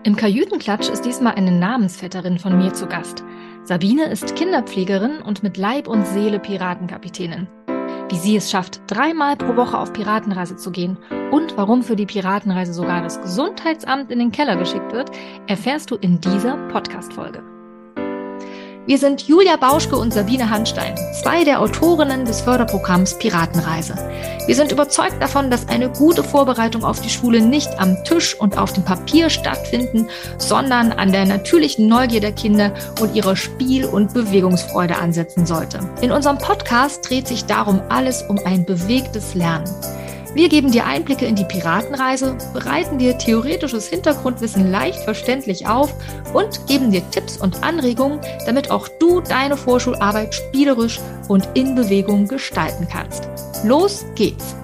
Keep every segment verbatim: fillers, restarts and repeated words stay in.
Im Kajütenklatsch ist diesmal eine Namensvetterin von mir zu Gast. Sabine ist Kinderpflegerin und mit Leib und Seele Piratenkapitänin. Wie sie es schafft, dreimal pro Woche auf Piratenreise zu gehen und warum für die Piratenreise sogar das Gesundheitsamt in den Keller geschickt wird, erfährst du in dieser Podcast-Folge. Wir sind Julia Bauschke und Sabine Hanstein, zwei der Autorinnen des Förderprogramms Piratenreise. Wir sind überzeugt davon, dass eine gute Vorbereitung auf die Schule nicht am Tisch und auf dem Papier stattfinden, sondern an der natürlichen Neugier der Kinder und ihrer Spiel- und Bewegungsfreude ansetzen sollte. In unserem Podcast dreht sich darum alles um ein bewegtes Lernen. Wir geben dir Einblicke in die Piratenreise, bereiten dir theoretisches Hintergrundwissen leicht verständlich auf und geben dir Tipps und Anregungen, damit auch du deine Vorschularbeit spielerisch und in Bewegung gestalten kannst. Los geht's!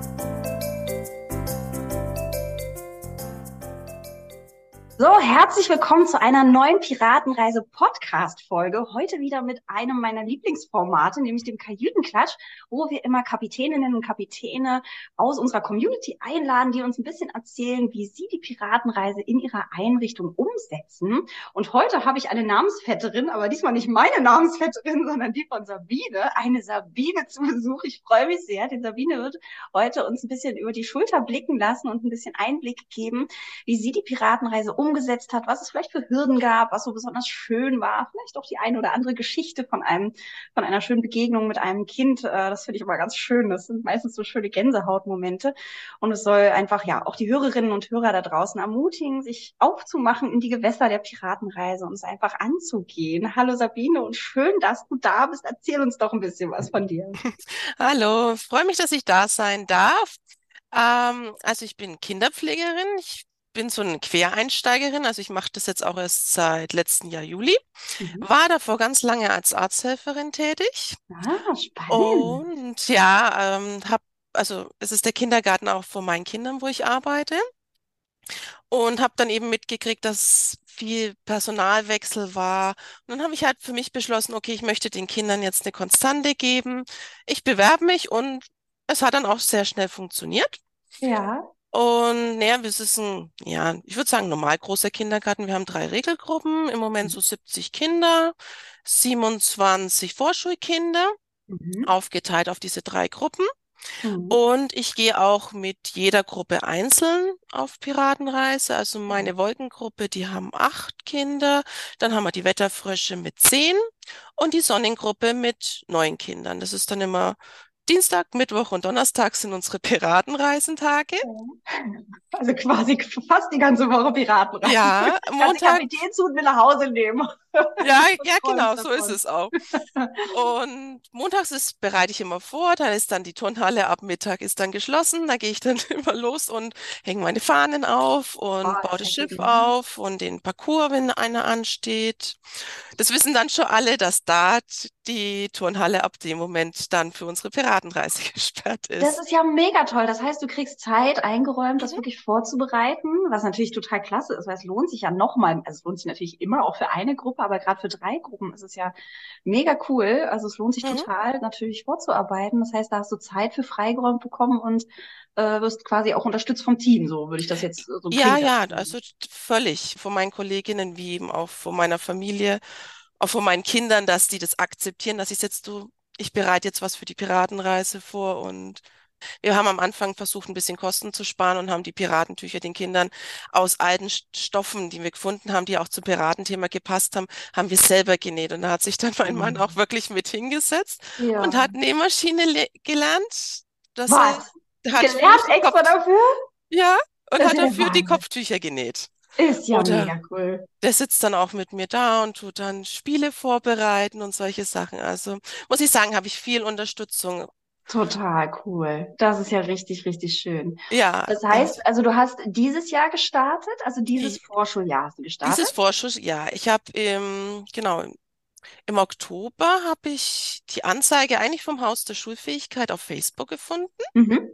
So, herzlich willkommen zu einer neuen Piratenreise-Podcast-Folge. Heute wieder mit einem meiner Lieblingsformate, nämlich dem Kajütenklatsch, wo wir immer Kapitäninnen und Kapitäne aus unserer Community einladen, die uns ein bisschen erzählen, wie sie die Piratenreise in ihrer Einrichtung umsetzen. Und heute habe ich eine Namensvetterin, aber diesmal nicht meine Namensvetterin, sondern die von Sabine. Eine Sabine zu Besuch. Ich freue mich sehr, denn Sabine wird heute uns ein bisschen über die Schulter blicken lassen und ein bisschen Einblick geben, wie sie die Piratenreise umsetzen. umgesetzt hat, was es vielleicht für Hürden gab, was so besonders schön war, vielleicht auch die eine oder andere Geschichte von einem, von einer schönen Begegnung mit einem Kind. Das finde ich immer ganz schön. Das sind meistens so schöne Gänsehautmomente. Und es soll einfach, ja, auch die Hörerinnen und Hörer da draußen ermutigen, sich aufzumachen in die Gewässer der Piratenreise und es einfach anzugehen. Hallo Sabine und schön, dass du da bist. Erzähl uns doch ein bisschen was von dir. Hallo, freue mich, dass ich da sein darf. Ähm, also ich bin Kinderpflegerin. Ich bin so eine Quereinsteigerin, also ich mache das jetzt auch erst seit letzten Jahr Juli. Mhm. War davor ganz lange als Arzthelferin tätig. Ah, spannend. Und ja, ähm, hab, also es ist der Kindergarten auch von meinen Kindern, wo ich arbeite. Und habe dann eben mitgekriegt, dass viel Personalwechsel war. Und dann habe ich halt für mich beschlossen, okay, ich möchte den Kindern jetzt eine Konstante geben. Ich bewerbe mich und es hat dann auch sehr schnell funktioniert. Ja. Und naja, es ist ein, ja, ich würde sagen, normal großer Kindergarten. Wir haben drei Regelgruppen, im Moment so siebzig Kinder, siebenundzwanzig Vorschulkinder, Mhm. aufgeteilt auf diese drei Gruppen. Mhm. Und ich gehe auch mit jeder Gruppe einzeln auf Piratenreise. Also meine Wolkengruppe, die haben acht Kinder. Dann haben wir die Wetterfrösche mit zehn und die Sonnengruppe mit neun Kindern. Das ist dann immer Dienstag, Mittwoch und Donnerstag sind unsere Piratenreisentage. Also quasi fast die ganze Woche Piratenreise. Ja, Ganze Montag, Kapitänshut will nach Hause nehmen. ja, Wir ja, freuen uns genau, so ist davon. es auch. Und montags ist, bereite ich immer vor, dann ist dann die Turnhalle ab Mittag ist dann geschlossen, da gehe ich dann immer los und hänge meine Fahnen auf Oh, und baue das ist das ja Schiff genial. auf und den Parcours, wenn einer ansteht. Das wissen dann schon alle, dass da die Turnhalle ab dem Moment dann für unsere Piratenreise gesperrt Das ist. ist ja mega toll. Das heißt, du kriegst Zeit eingeräumt, das Mhm. wirklich vorzubereiten, was natürlich total klasse ist, weil es lohnt sich ja nochmal, also es lohnt sich natürlich immer auch für eine Gruppe, aber gerade für drei Gruppen ist es ja mega cool. Also es lohnt sich Mhm. total natürlich vorzuarbeiten. Das heißt, da hast du Zeit für freigeräumt bekommen und äh, wirst quasi auch unterstützt vom Team. So würde ich das jetzt, so Ja, klingt das. ja, also völlig von meinen Kolleginnen wie eben auch von meiner Familie, auch von meinen Kindern, dass die das akzeptieren, dass ich jetzt du, ich bereite jetzt was für die Piratenreise vor und wir haben am Anfang versucht, ein bisschen Kosten zu sparen und haben die Piratentücher den Kindern aus alten St- Stoffen, die wir gefunden haben, die auch zum Piratenthema gepasst haben, haben wir selber genäht. Und da hat sich dann mein Mann auch wirklich mit hingesetzt und Ja. hat Nähmaschine le- gelernt. Das heißt, Was? er hat für mich Gelernt die Kopf, extra dafür? ja, und Das ist hat ja der dafür die Wahnsinn. Kopftücher genäht. Ist ja Oder mega cool. der sitzt dann auch mit mir da und tut dann Spiele vorbereiten und solche Sachen. Also muss ich sagen, habe ich viel Unterstützung. Total cool. Das ist ja richtig, richtig schön. Ja, Das da, heißt, also du hast dieses Jahr gestartet, also dieses i- Vorschuljahr hast du gestartet? dieses Vorschuss, ja, ich habe im, genau, im Oktober habe ich die Anzeige eigentlich vom Haus der Schulfähigkeit auf Facebook gefunden Mhm.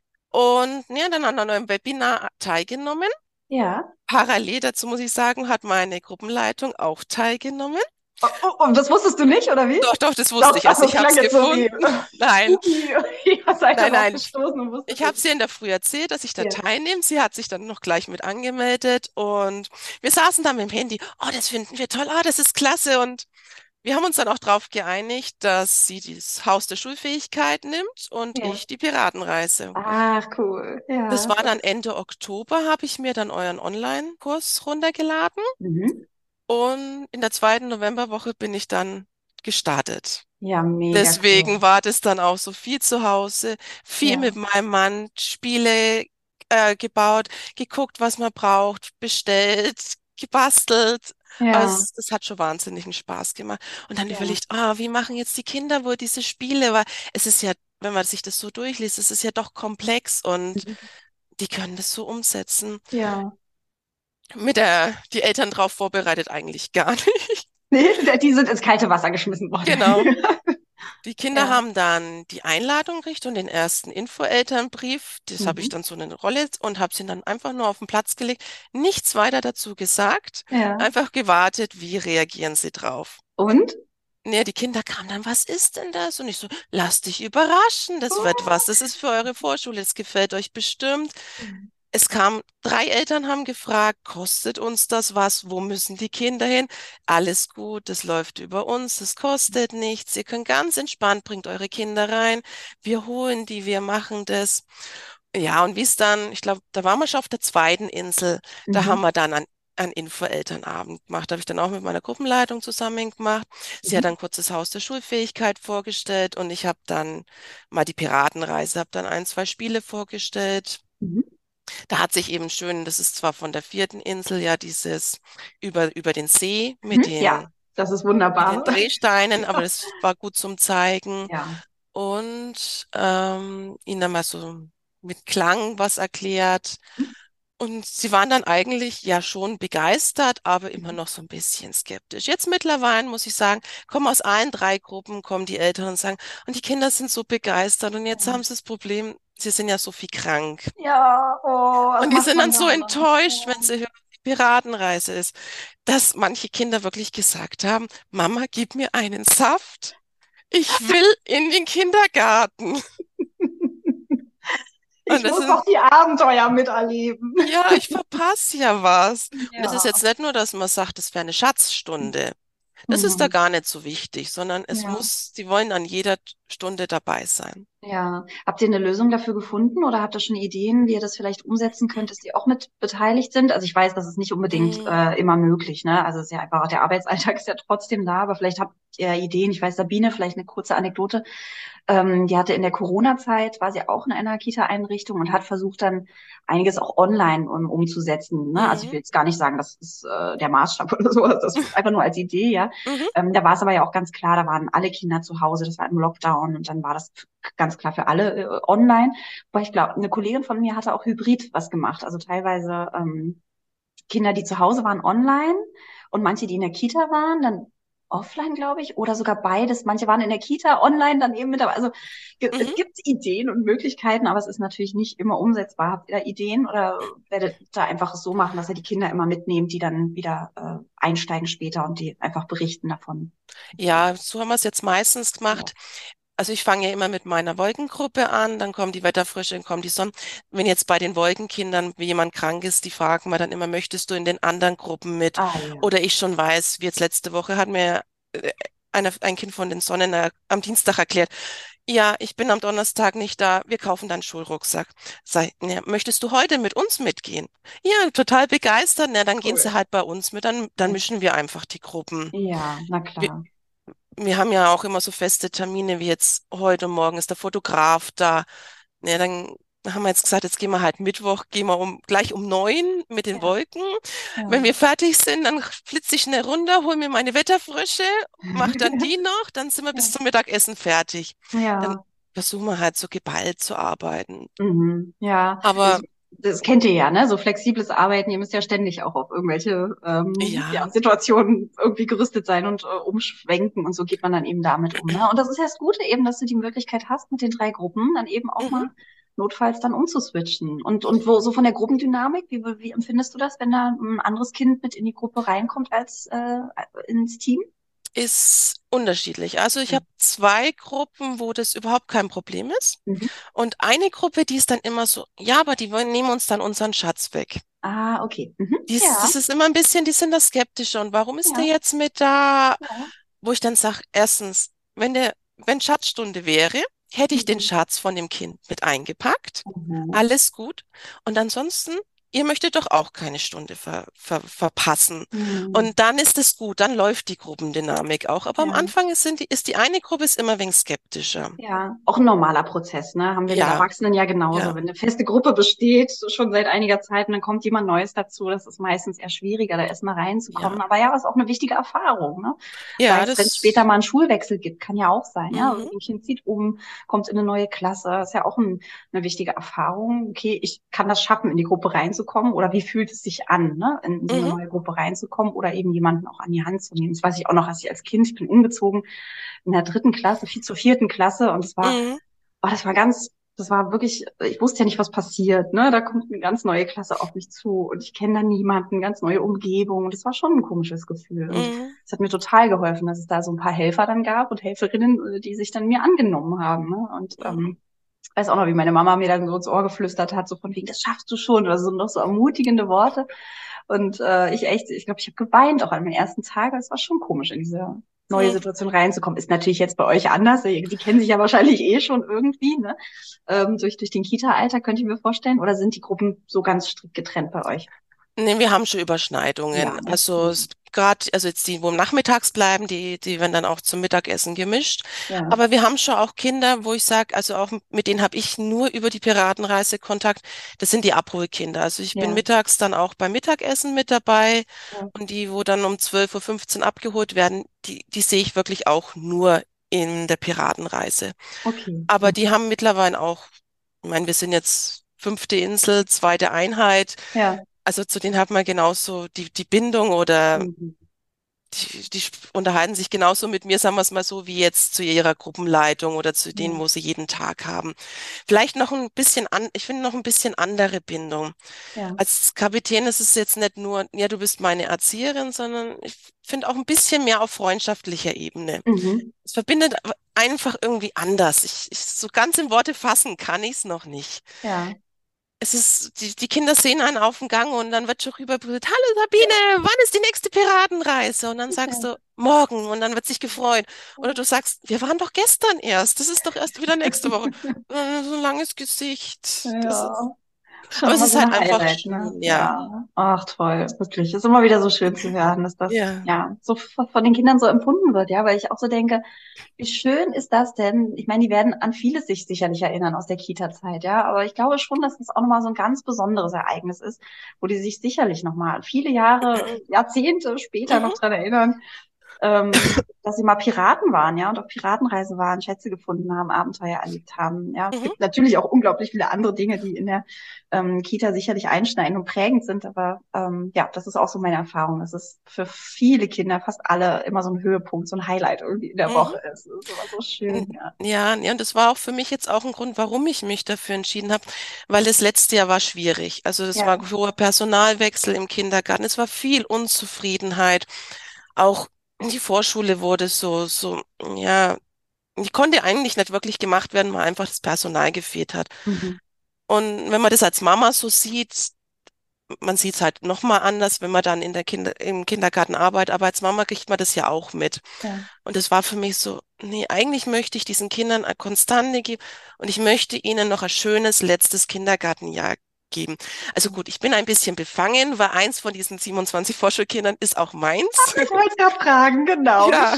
und ja, dann an einem Webinar teilgenommen. Ja. Parallel dazu muss ich sagen, hat meine Gruppenleitung auch teilgenommen. Oh, oh, und das wusstest du nicht, oder wie? Doch, doch, das wusste Doch, ich. Also achso, ich es habe klang es jetzt so wie, gefunden. Nein, Upi, ihr seid nein, darauf nein. gestoßen und wusstet Ich habe es. sie in der Früh erzählt, dass ich da Ja. teilnehme. Sie hat sich dann noch gleich mit angemeldet und wir saßen da mit dem Handy. Oh, das finden wir toll. Oh, das ist klasse. Und wir haben uns dann auch darauf geeinigt, dass sie das Haus der Schulfähigkeit nimmt und Ja. ich die Piratenreise. Ach, cool. Das Ja. war dann Ende Oktober, habe ich mir dann euren Online-Kurs runtergeladen Mhm. und in der zweiten Novemberwoche bin ich dann gestartet. Ja, mega Deswegen cool. war das dann auch so viel zu Hause, viel mit Ja. meinem Mann, Spiele äh, gebaut, geguckt, was man braucht, bestellt, gebastelt. Ja. Also das hat schon wahnsinnigen Spaß gemacht. Und dann Ja. überlegt, ah, wie machen jetzt die Kinder wohl diese Spiele? Weil es ist ja, wenn man sich das so durchliest, es ist ja doch komplex und Mhm. die können das so umsetzen. Ja. Mit der, die Eltern drauf vorbereitet eigentlich gar nicht. Nee, die sind ins kalte Wasser geschmissen worden. Genau. Die Kinder Ja. haben dann die Einladung gekriegt und den ersten Info-Elternbrief. Das habe ich Mhm. dann so in eine Rolle und habe sie dann einfach nur auf den Platz gelegt. Nichts weiter dazu gesagt. Ja. Einfach gewartet, wie reagieren sie drauf. Und? Ja, die Kinder kamen dann, was ist denn das? Und ich so, lasst dich überraschen, das wird was. Das ist für eure Vorschule, es gefällt euch bestimmt. Es kam, drei Eltern haben gefragt, kostet uns das was? Wo müssen die Kinder hin? Alles gut, das läuft über uns, das kostet nichts. Ihr könnt ganz entspannt, bringt eure Kinder rein. Wir holen die, wir machen das. Ja, und wie es dann, ich glaube, da waren wir schon auf der zweiten Insel. Da haben Mhm. wir dann an einen Info-Elternabend gemacht. Da habe ich dann auch mit meiner Gruppenleitung zusammen gemacht. Sie hat Mhm. dann kurz das Haus der Schulfähigkeit vorgestellt und ich habe dann mal die Piratenreise, habe dann ein, zwei Spiele vorgestellt. Mhm. Da hat sich eben schön, das ist zwar von der vierten Insel, ja, dieses über, über den See mit Mhm. Ja, den, das ist mit den wunderbar. Drehsteinen, aber das war gut zum Zeigen. Ja. Und ähm, ihnen dann mal so mit Klang was erklärt. Und sie waren dann eigentlich ja schon begeistert, aber immer noch so ein bisschen skeptisch. Jetzt mittlerweile muss ich sagen, kommen aus allen drei Gruppen, kommen die Eltern und sagen, und die Kinder sind so begeistert und jetzt haben sie das Problem, sie sind ja so viel krank. Ja, oh, was Und die macht sind dann man so da? enttäuscht, wenn Ja. sie hören, die Piratenreise ist, dass manche Kinder wirklich gesagt haben, Mama, gib mir einen Saft. Ich will in den Kindergarten. Und Ich das muss sind doch die Abenteuer miterleben. ja, ich verpasse ja was. Und es ist Ja. jetzt nicht nur, dass man sagt, es wäre eine Schatzstunde. Das ist da Mhm. gar nicht so wichtig, sondern es Ja. muss, sie wollen an jeder Stunde dabei sein. Ja. Habt ihr eine Lösung dafür gefunden oder habt ihr schon Ideen, wie ihr das vielleicht umsetzen könnt, dass die auch mit beteiligt sind? Also ich weiß, das ist nicht unbedingt Mm, äh, immer möglich, ne? Also es ist ja einfach, der Arbeitsalltag ist ja trotzdem da, aber vielleicht habt ihr Ideen. Ich weiß, Sabine, vielleicht eine kurze Anekdote. Ähm, die hatte in der Corona-Zeit, war sie auch in einer Kita-Einrichtung und hat versucht dann einiges auch online um, umzusetzen. Ne? Also ich will mm, jetzt gar nicht sagen, das ist äh, der Maßstab oder sowas, das ist einfach nur als Idee, ja. mhm, Ähm, da war es aber ja auch ganz klar, da waren alle Kinder zu Hause, das war im Lockdown und dann war das ganz klar für alle äh, online. Aber ich glaube, eine Kollegin von mir hatte auch hybrid was gemacht, also teilweise ähm, Kinder, die zu Hause waren, online und manche, die in der Kita waren, dann offline, glaube ich, oder sogar beides. Manche waren in der Kita online, dann eben mit dabei. Also ge- mhm. es gibt Ideen und Möglichkeiten, aber es ist natürlich nicht immer umsetzbar. Habt ihr da Ideen oder werdet da einfach es so machen, dass ihr die Kinder immer mitnehmt, die dann wieder äh, einsteigen später und die einfach berichten davon? Ja, so haben wir es jetzt meistens Ja. gemacht. Also ich fange ja immer mit meiner Wolkengruppe an, dann kommen die Wetterfrösche, dann kommen die Sonnen. Wenn jetzt bei den Wolkenkindern wie jemand krank ist, die fragen wir dann immer, möchtest du in den anderen Gruppen mit? Ah ja. Oder ich schon weiß, wie jetzt letzte Woche hat mir äh, eine, ein Kind von den Sonnen äh, am Dienstag erklärt, ja, ich bin am Donnerstag nicht da, wir kaufen dann Schulrucksack. Sag, ja, möchtest du heute mit uns mitgehen? Ja, total begeistert, na, dann gehen Cool. sie halt bei uns mit, dann, dann mischen wir einfach die Gruppen. Ja, na Wir, klar. wir haben ja auch immer so feste Termine, wie jetzt heute und morgen ist der Fotograf da. Ja, dann haben wir jetzt gesagt, jetzt gehen wir halt Mittwoch, gehen wir um, gleich um neun mit den Ja, Wolken. Wenn ja. wir fertig sind, dann flitze ich schnell runter, hol mir meine Wetterfrösche, mach dann die noch, dann sind wir bis Ja. zum Mittagessen fertig. Dann Ja. versuchen wir halt so geballt zu arbeiten. Mhm, ja, Aber ich, das kennt ihr ja, ne? So flexibles Arbeiten, ihr müsst ja ständig auch auf irgendwelche ähm, ja, ja, Situationen irgendwie gerüstet sein und äh, umschwenken und so geht man dann eben damit um, ne? Und das ist ja das Gute eben, dass du die Möglichkeit hast, mit den drei Gruppen dann eben auch mhm. mal notfalls dann umzuswitchen. Und, und wo so von der Gruppendynamik, wie, wie empfindest du das, wenn da ein anderes Kind mit in die Gruppe reinkommt als äh, ins Team? ist unterschiedlich. Also ich Ja. habe zwei Gruppen, wo das überhaupt kein Problem ist. Mhm. Und eine Gruppe, die ist dann immer so, ja, aber die wollen, nehmen uns dann unseren Schatz weg. Ah, okay. Mhm. Die ist, Ja, das ist immer ein bisschen, die sind da skeptischer. Und warum ist der ja, jetzt mit da? ja. Wo ich dann sage, erstens, wenn der, wenn Schatzstunde wäre, hätte ich den Mhm. Schatz von dem Kind mit eingepackt. Mhm. Alles gut. Und ansonsten, ihr möchtet doch auch keine Stunde ver, ver, verpassen. Mhm. Und dann ist es gut, dann läuft die Gruppendynamik auch. Aber am Ja. Anfang ist, sind die, ist die eine Gruppe ist immer ein wenig skeptischer. Ja, auch ein normaler Prozess, ne? Haben wir mit Ja, Erwachsenen ja genauso. ja, Wenn eine feste Gruppe besteht, schon seit einiger Zeit, und dann kommt jemand Neues dazu, das ist meistens eher schwieriger, da erstmal ja. reinzukommen. Aber ja, ist auch eine wichtige Erfahrung, ne? Sei Ja, es, wenn es später das, mal einen Schulwechsel gibt, kann ja auch sein, ja? Also mhm, ein Kind zieht um, kommt in eine neue Klasse, ist ja auch ein, eine wichtige Erfahrung. Okay, ich kann das schaffen, in die Gruppe reinzukommen, oder wie fühlt es sich an, ne? In so eine mhm, neue Gruppe reinzukommen oder eben jemanden auch an die Hand zu nehmen. Das weiß ich auch noch, als ich als Kind, ich bin umgezogen in der dritten Klasse, viel zur vierten Klasse, und es war, mhm, oh, das war ganz, das war wirklich, ich wusste ja nicht, was passiert, ne? Da kommt eine ganz neue Klasse auf mich zu und ich kenne da niemanden, ganz neue Umgebung. Und das war schon ein komisches Gefühl. Und mhm, es hat mir total geholfen, dass es da so ein paar Helfer dann gab und Helferinnen, die sich dann mir angenommen haben, ne? Und mhm, ähm, ich weiß auch noch, wie meine Mama mir dann so ins Ohr geflüstert hat, so von wegen, das schaffst du schon, oder so noch so ermutigende Worte. Und äh, ich echt, ich glaube, ich habe geweint auch an meinen ersten Tagen. Es war schon komisch, in diese neue mhm. Situation reinzukommen. Ist natürlich jetzt bei euch anders. Die kennen sich ja wahrscheinlich eh schon irgendwie, ne? Ähm, durch, durch den Kita-Alter, könnte ich mir vorstellen. Oder sind die Gruppen so ganz strikt getrennt bei euch? Nee, wir haben schon Überschneidungen. Ja, ne? Also Mhm. gerade, also jetzt die, wo nachmittags bleiben, die, die werden dann auch zum Mittagessen gemischt. Ja, Aber wir haben schon auch Kinder, wo ich sage, also auch mit denen habe ich nur über die Piratenreise Kontakt. Das sind die Abholkinder. Also ich bin ja, mittags dann auch beim Mittagessen mit dabei ja. und die, wo dann um zwölf Uhr fünfzehn abgeholt werden, die, die sehe ich wirklich auch nur in der Piratenreise. Okay. Aber die Mhm. haben mittlerweile auch, ich meine, wir sind jetzt fünfte Insel, zweite Einheit. Ja. Also zu denen hat man genauso die, die Bindung oder Mhm. die, die sp- unterhalten sich genauso mit mir, sagen wir es mal so, wie jetzt zu ihrer Gruppenleitung oder zu denen, Ja, wo sie jeden Tag haben. Vielleicht noch ein bisschen an, ich finde noch ein bisschen andere Bindung. ja. Als Kapitän ist es jetzt nicht nur, ja, du bist meine Erzieherin, sondern ich finde auch ein bisschen mehr auf freundschaftlicher Ebene. Mhm. Es verbindet einfach irgendwie anders. Ich, ich, so ganz in Worte fassen kann ich es noch nicht. Ja. Es ist, die, die Kinder sehen einen auf dem Gang und dann wird schon rüberbrüllt, hallo Sabine, wann ist die nächste Piratenreise? Und dann sagst Ja. du, morgen und dann wird sich gefreut. Oder du sagst, wir waren doch gestern erst, das ist doch erst wieder nächste Woche. Äh, So ein langes Gesicht. Das ist, Ja. Schon aber es immer ist so halt ein einfach Highlight, ne? schön, ja. Ja. Ach, toll. Wirklich. Ist immer wieder so schön zu hören, dass das, Ja. ja, so v- von den Kindern so empfunden wird, ja, weil ich auch so denke, wie schön ist das denn? Ich meine, die werden an vieles sich sicherlich erinnern aus der Kita-Zeit, ja, aber ich glaube schon, dass das auch nochmal so ein ganz besonderes Ereignis ist, wo die sich sicherlich nochmal viele Jahre, Jahrzehnte später Mhm, noch dran erinnern, ähm, dass sie mal Piraten waren, ja, und auf Piratenreise waren, Schätze gefunden haben, Abenteuer erlebt haben. Ja, es mhm. gibt natürlich auch unglaublich viele andere Dinge, die in der ähm, Kita sicherlich einschneidend und prägend sind, aber ähm, ja, das ist auch so meine Erfahrung. Das ist für viele Kinder, fast alle, immer so ein Höhepunkt, so ein Highlight irgendwie in der Mhm. Woche ist. Das ist immer so N- schön, ja. Ja, ja, und das war auch für mich jetzt auch ein Grund, warum ich mich dafür entschieden habe, weil das letzte Jahr war schwierig. Also das Ja. war ein hoher Personalwechsel im Kindergarten, es war viel Unzufriedenheit. Auch die Vorschule wurde so, so, ja, die konnte eigentlich nicht wirklich gemacht werden, weil einfach das Personal gefehlt hat. Mhm. Und wenn man das als Mama so sieht, man sieht es halt nochmal anders, wenn man dann in der Kinder, im Kindergarten arbeitet, aber als Mama kriegt man das ja auch mit. Ja. Und es war für mich so, nee, eigentlich möchte ich diesen Kindern eine Konstante geben und ich möchte ihnen noch ein schönes letztes Kindergartenjahr geben. Also gut, ich bin ein bisschen befangen, weil eins von diesen siebenundzwanzig Vorschulkindern ist auch meins. Ich wollte gerade fragen, genau. Ja,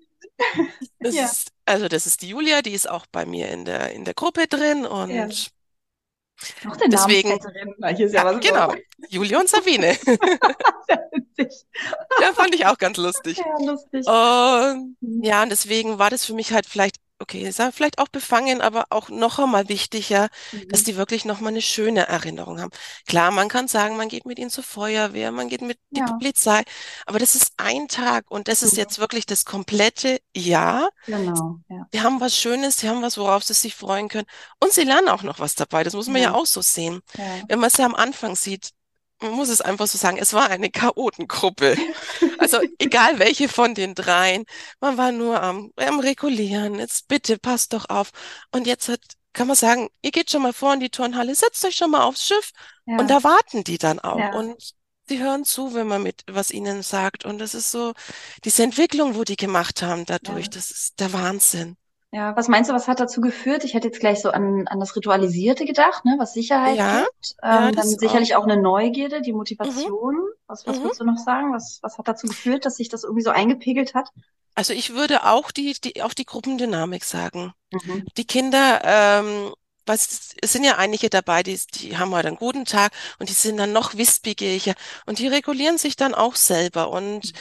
das Ja, ist, also das ist die Julia, die ist auch bei mir in der, in der Gruppe drin ja. und Noch eine deswegen, Namensvetterin. Na, hier ist ja ja, was los. genau, Julia und Sabine. Sehr witzig. Ja, fand ich auch ganz lustig. Ja, lustig. Und Mhm. ja, und deswegen war das für mich halt vielleicht, okay, ist ja vielleicht auch befangen, aber auch noch einmal wichtiger, dass Mhm. die wirklich noch mal eine schöne Erinnerung haben. Klar, man kann sagen, man geht mit ihnen zur Feuerwehr, man geht mit die Ja. Polizei, aber das ist ein Tag und das ist Mhm. jetzt wirklich das komplette Jahr. Genau, ja. Sie haben was Schönes, sie haben was, worauf sie sich freuen können und sie lernen auch noch was dabei. Das muss man ja Ja, auch so sehen. ja. Wenn man es ja am Anfang sieht, man muss es einfach so sagen, es war eine Chaotengruppe. Also egal welche von den dreien, man war nur am, am Regulieren. Jetzt bitte, passt doch auf. Und jetzt hat, kann man sagen, ihr geht schon mal vor in die Turnhalle, setzt euch schon mal aufs Schiff und Ja, da warten die dann auch. ja, Und sie hören zu, wenn man mit was ihnen sagt. Und das ist so, diese Entwicklung, wo die gemacht haben dadurch, ja. das ist der Wahnsinn. Ja, was meinst du, was hat dazu geführt? Ich hätte jetzt gleich so an, an das Ritualisierte gedacht, ne, was Sicherheit Ja, gibt. ja, Ähm, dann das auch. sicherlich auch eine Neugierde, die Mhm, Motivation. Was, was mhm. würdest du noch sagen? Was, was hat dazu geführt, dass sich das irgendwie so eingepegelt hat? Also ich würde auch die, die, auch die Gruppendynamik sagen. Mhm. Die Kinder, ähm, was, es sind ja einige dabei, die, die haben halt einen guten Tag und die sind dann noch wissbegieriger und die regulieren sich dann auch selber und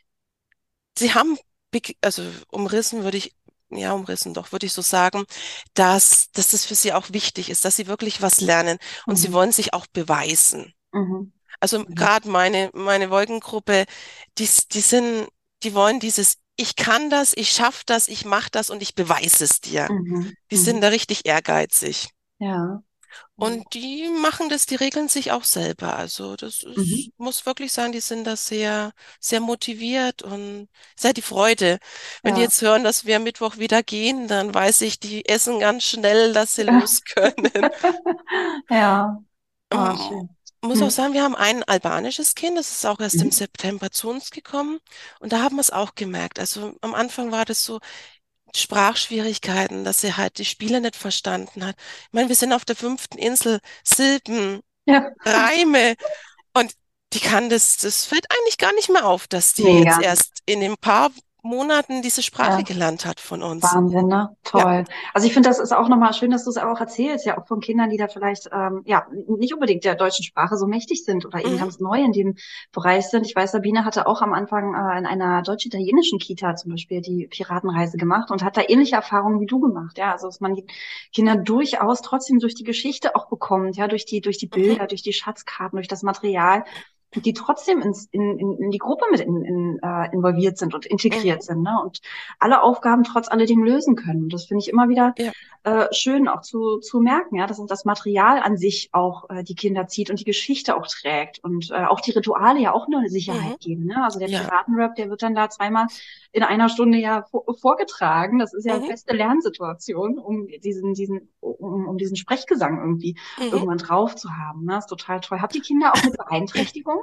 sie haben, beg- also umrissen würde ich, ja, umrissen doch, würde ich so sagen, dass, dass das für sie auch wichtig ist, dass sie wirklich was lernen und sie Mhm. wollen sich auch beweisen. Mhm. Also Mhm. gerade meine, meine Wolkengruppe, die, die sind, die wollen dieses, ich kann das, ich schaffe das, ich mache das und ich beweise es dir. Mhm. Die sind Mhm. da richtig ehrgeizig. Ja. Und die machen das, die regeln sich auch selber. Also das ist, Mhm. muss wirklich sagen, die sind da sehr, sehr motiviert und sehr die Freude. Wenn die Ja. jetzt hören, dass wir am Mittwoch wieder gehen, dann weiß ich, die essen ganz schnell, dass sie Ja. los können. Ja. Ah, Ähm, schön. muss auch Mhm. sagen, wir haben ein albanisches Kind, das ist auch erst im Mhm. September zu uns gekommen. Und da haben wir es auch gemerkt. Also am Anfang war das so Sprachschwierigkeiten, dass sie halt die Spiele nicht verstanden hat. Ich meine, wir sind auf der fünften Insel, Silben, Ja. Reime und die kann das, das fällt eigentlich gar nicht mehr auf, dass die jetzt Mega. erst in den paar Monaten diese Sprache Ja. gelernt hat von uns. Wahnsinn, ne? Ja. Toll. Also ich finde, das ist auch nochmal schön, dass du es auch erzählst, ja, auch von Kindern, die da vielleicht ähm, ja nicht unbedingt der deutschen Sprache so mächtig sind oder eben Mhm. ganz neu in dem Bereich sind. Ich weiß, Sabine hatte auch am Anfang äh, in einer deutsch-italienischen Kita zum Beispiel die Piratenreise gemacht und hat da ähnliche Erfahrungen wie du gemacht. Ja, also dass man die Kinder durchaus trotzdem durch die Geschichte auch bekommt, ja, durch die, durch die Mhm. Bilder, durch die Schatzkarten, durch das Material. Die trotzdem ins, in, in, in die Gruppe mit in, in, äh, involviert sind und Mhm. integriert sind, ne? Und alle Aufgaben trotz alledem lösen können. Und das finde ich immer wieder Ja. äh, schön auch zu, zu merken, ja, dass das Material an sich auch äh, die Kinder zieht und die Geschichte auch trägt und äh, auch die Rituale ja auch nur eine Mhm. Sicherheit geben. Ne? Also der Ja. Piratenrap, der wird dann da zweimal in einer Stunde ja vor, vorgetragen. Das ist ja Mhm. feste Lernsituation, um diesen, diesen, um, um diesen Sprechgesang irgendwie Mhm. irgendwann drauf zu haben. Ne? Das ist total toll. Habt ihr Kinder auch mit Beeinträchtigung?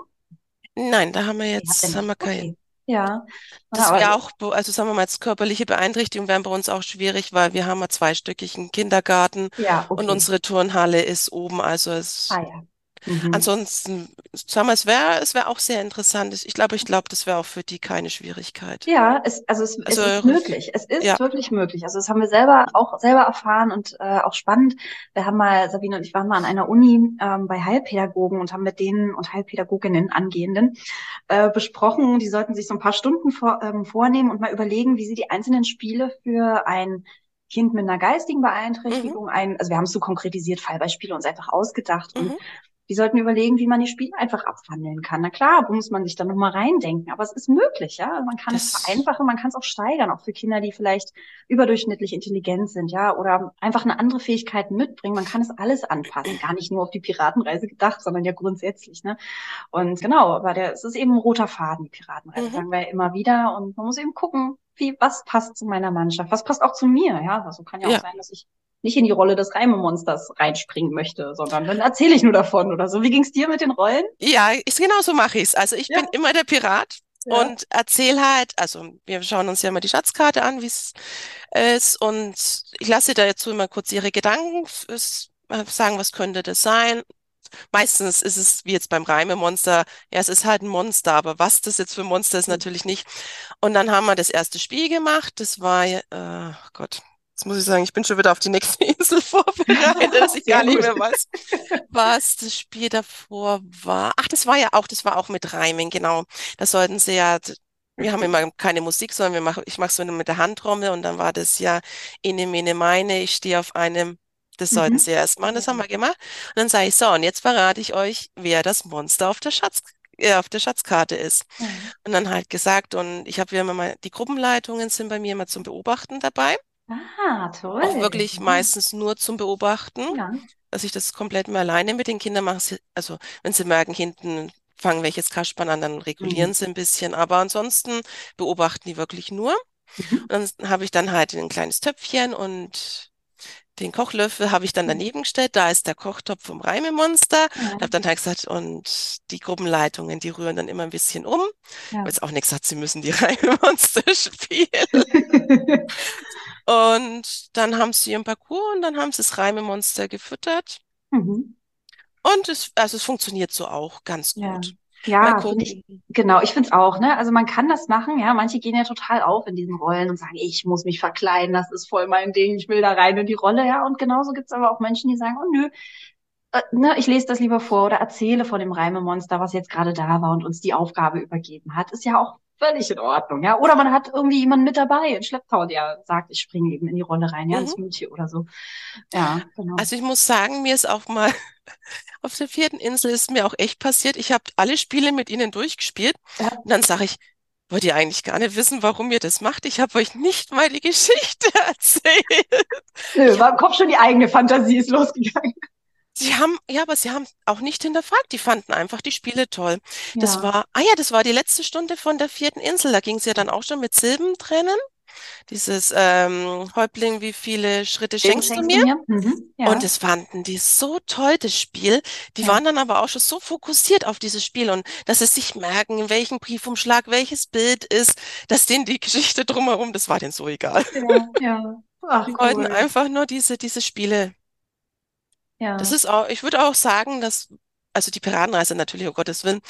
Nein, da haben wir Nee, habt ihr jetzt, haben nicht. wir keinen. Okay. Ja. Ja, Das wäre aber, auch, bo- also sagen wir mal, jetzt körperliche Beeinträchtigung wären bei uns auch schwierig, weil wir haben einen zweistöckigen Kindergarten ja, und okay. unsere Turnhalle ist oben. Also es, Ah ja. Mhm. ansonsten, sagen wir, es wäre, es wäre auch sehr interessant. Ich glaube, ich glaube, das wäre auch für die keine Schwierigkeit. Ja, es, also es, es ist Also, möglich. Es ja. ist wirklich möglich. Also das haben wir selber auch selber erfahren und äh, auch spannend. Wir haben mal, Sabine und ich waren mal an einer Uni ähm, bei Heilpädagogen und haben mit denen und Heilpädagoginnen angehenden äh, besprochen. Die sollten sich so ein paar Stunden vor, ähm, vornehmen und mal überlegen, wie sie die einzelnen Spiele für ein Kind mit einer geistigen Mhm. Beeinträchtigung ein, also wir haben es so konkretisiert, Fallbeispiele uns einfach ausgedacht und Mhm. die sollten überlegen, wie man die Spiele einfach abwandeln kann. Na klar, muss man sich dann nochmal reindenken, aber es ist möglich, ja. Also man kann es Das, vereinfachen, man kann es auch steigern, auch für Kinder, die vielleicht überdurchschnittlich intelligent sind, ja, oder einfach eine andere Fähigkeiten mitbringen. Man kann es alles anpassen, gar nicht nur auf die Piratenreise gedacht, sondern ja grundsätzlich, ne? Und genau, aber der, es ist eben ein roter Faden, die Piratenreise, mhm. sagen wir ja immer wieder. Und man muss eben gucken, wie, was passt zu meiner Mannschaft, was passt auch zu mir, ja. Also kann ja auch Ja. sein, dass ich nicht in die Rolle des Reimemonsters reinspringen möchte, sondern dann erzähle ich nur davon oder so. Wie ging's dir mit den Rollen? Ja, ist, genau so mache ich es. Also ich bin Ja, immer der Pirat ja. und erzähle halt, also wir schauen uns ja mal die Schatzkarte an, wie es ist und ich lasse da dazu immer kurz ihre Gedanken s- äh, sagen, was könnte das sein. Meistens ist es wie jetzt beim Reimemonster, ja, es ist halt ein Monster, aber was das jetzt für ein Monster ist, natürlich nicht. Und dann haben wir das erste Spiel gemacht. Das war, äh, Gott, jetzt muss ich sagen, ich bin schon wieder auf die nächste Insel vorbereitet, dass ich gar Sehr nicht gut. mehr weiß, was das Spiel davor war. Ach, das war ja auch, das war auch mit Reimen, genau. Da sollten sie ja, wir haben immer keine Musik, sondern wir machen, ich mache so mit der Handtrommel und dann war das ja Ene, Mene, Meine, ich stehe auf einem. Das sollten Mhm. sie erst machen, das haben wir gemacht. Und dann sage ich so, und jetzt verrate ich euch, wer das Monster auf der Schatz, äh, auf der Schatzkarte ist. Ja. Und dann halt gesagt, und ich habe ja immer mal, die Gruppenleitungen sind bei mir immer zum Beobachten dabei. Ah, Auch toll. wirklich Ja. meistens nur zum Beobachten. Ja. dass ich das komplett mal alleine mit den Kindern mache. Sie- Also wenn sie merken, hinten fangen welches Kaspern an, dann Mhm. regulieren sie ein bisschen. Aber ansonsten beobachten die wirklich nur. Mhm. Und dann habe ich dann halt ein kleines Töpfchen und den Kochlöffel habe ich dann daneben gestellt. Da ist der Kochtopf vom Reimemonster. Ja, Ich habe dann halt gesagt, und die Gruppenleitungen, die rühren dann immer ein bisschen um. Ich habe ja. jetzt auch nicht gesagt, sie müssen die Reimemonster spielen. Und dann haben sie ihren Parcours und dann haben sie das Reimemonster gefüttert. Mhm. Und es, also es funktioniert so auch ganz Ja, gut. Mal ja, finde ich, gucken. genau, ich finde es auch, ne? Also man kann das machen, ja. Manche gehen ja total auf in diesen Rollen und sagen, ich muss mich verkleiden, das ist voll mein Ding, ich will da rein in die Rolle, ja. Und genauso gibt's aber auch Menschen, die sagen, oh nö, äh, ne, ich lese das lieber vor oder erzähle von dem Reimemonster, was jetzt gerade da war und uns die Aufgabe übergeben hat. Ist ja auch völlig in Ordnung, ja. Oder man hat irgendwie jemanden mit dabei in Schlepptau, der sagt, ich springe eben in die Rolle rein, ja, Mhm. das Mädchen oder so. Ja, genau. Also ich muss sagen, mir ist auch mal auf der vierten Insel ist mir auch echt passiert. Ich habe alle Spiele mit ihnen durchgespielt Ja, und dann sage ich, wollt ihr eigentlich gar nicht wissen, warum ihr das macht? Ich habe euch nicht mal die Geschichte erzählt. nö, Ich hab, war im Kopf schon die eigene Fantasie ist losgegangen. sie haben, ja, aber sie haben auch nicht hinterfragt. Die fanden einfach die Spiele toll. Das Ja. war, ah ja, das war die letzte Stunde von der vierten Insel. Da ging es ja dann auch schon mit Silben trennen. Dieses ähm, Häuptling, wie viele Schritte Wem schenkst du schenkst du mir? mir? Mhm. Und Ja, das fanden die so toll, das Spiel. Die ja, waren dann aber auch schon so fokussiert auf dieses Spiel und dass sie sich merken, in welchem Briefumschlag welches Bild ist, dass denen die Geschichte drumherum, das war denen so egal. ja, ja. Ach, Die wollten cool. einfach nur diese, diese Spiele. Das Ja. ist auch, ich würde auch sagen, dass, also die Piratenreise natürlich, um Gottes Willen,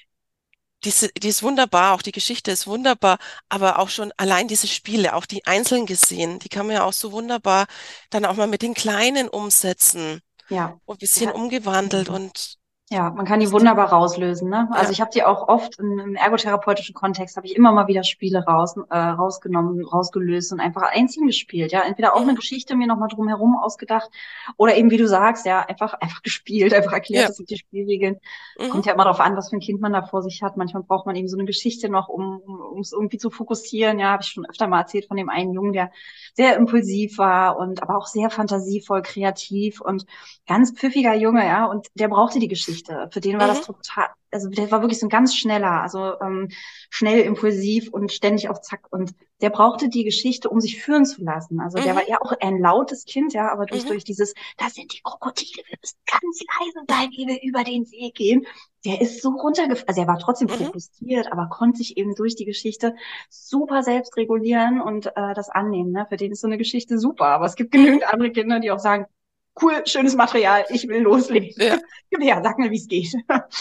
die ist, die ist wunderbar, auch die Geschichte ist wunderbar, aber auch schon allein diese Spiele, auch die einzeln gesehen, die kann man ja auch so wunderbar dann auch mal mit den Kleinen umsetzen Ja. und ein bisschen Ja. umgewandelt Mhm. und Ja, man kann die das, wunderbar rauslösen, ne? Also ja. ich habe die auch oft in, im ergotherapeutischen Kontext, habe ich immer mal wieder Spiele raus, äh, rausgenommen, rausgelöst und einfach einzeln gespielt, ja. Entweder auch eine Mhm. Geschichte mir nochmal drum herum ausgedacht oder eben, wie du sagst, ja, einfach, einfach gespielt, einfach erklärt, Ja. das sind die Spielregeln. Mhm. Kommt ja immer darauf an, was für ein Kind man da vor sich hat. Manchmal braucht man eben so eine Geschichte noch, um, um, um es irgendwie zu fokussieren. Ja, habe ich schon öfter mal erzählt von dem einen Jungen, der sehr impulsiv war und aber auch sehr fantasievoll, kreativ und ganz pfiffiger Junge, ja, und der brauchte die Geschichte. Für den war das Mhm. total, also der war wirklich so ein ganz schneller, also ähm, schnell, impulsiv und ständig auf Zack. Und der brauchte die Geschichte, um sich führen zu lassen. Also der Mhm. war ja auch ein lautes Kind, ja, aber durch, Mhm. durch dieses, da sind die Krokodile, wir müssen ganz leise sein, wie wir über den See gehen. Der ist so runtergefallen, also er war trotzdem Mhm. fokussiert, aber konnte sich eben durch die Geschichte super selbst regulieren und äh, das annehmen. Ne? Für den ist so eine Geschichte super. Aber es gibt Mhm. genügend andere Kinder, die auch sagen, cool, schönes Material, ich will loslegen. Ja. Ja, sag mir, wie es geht.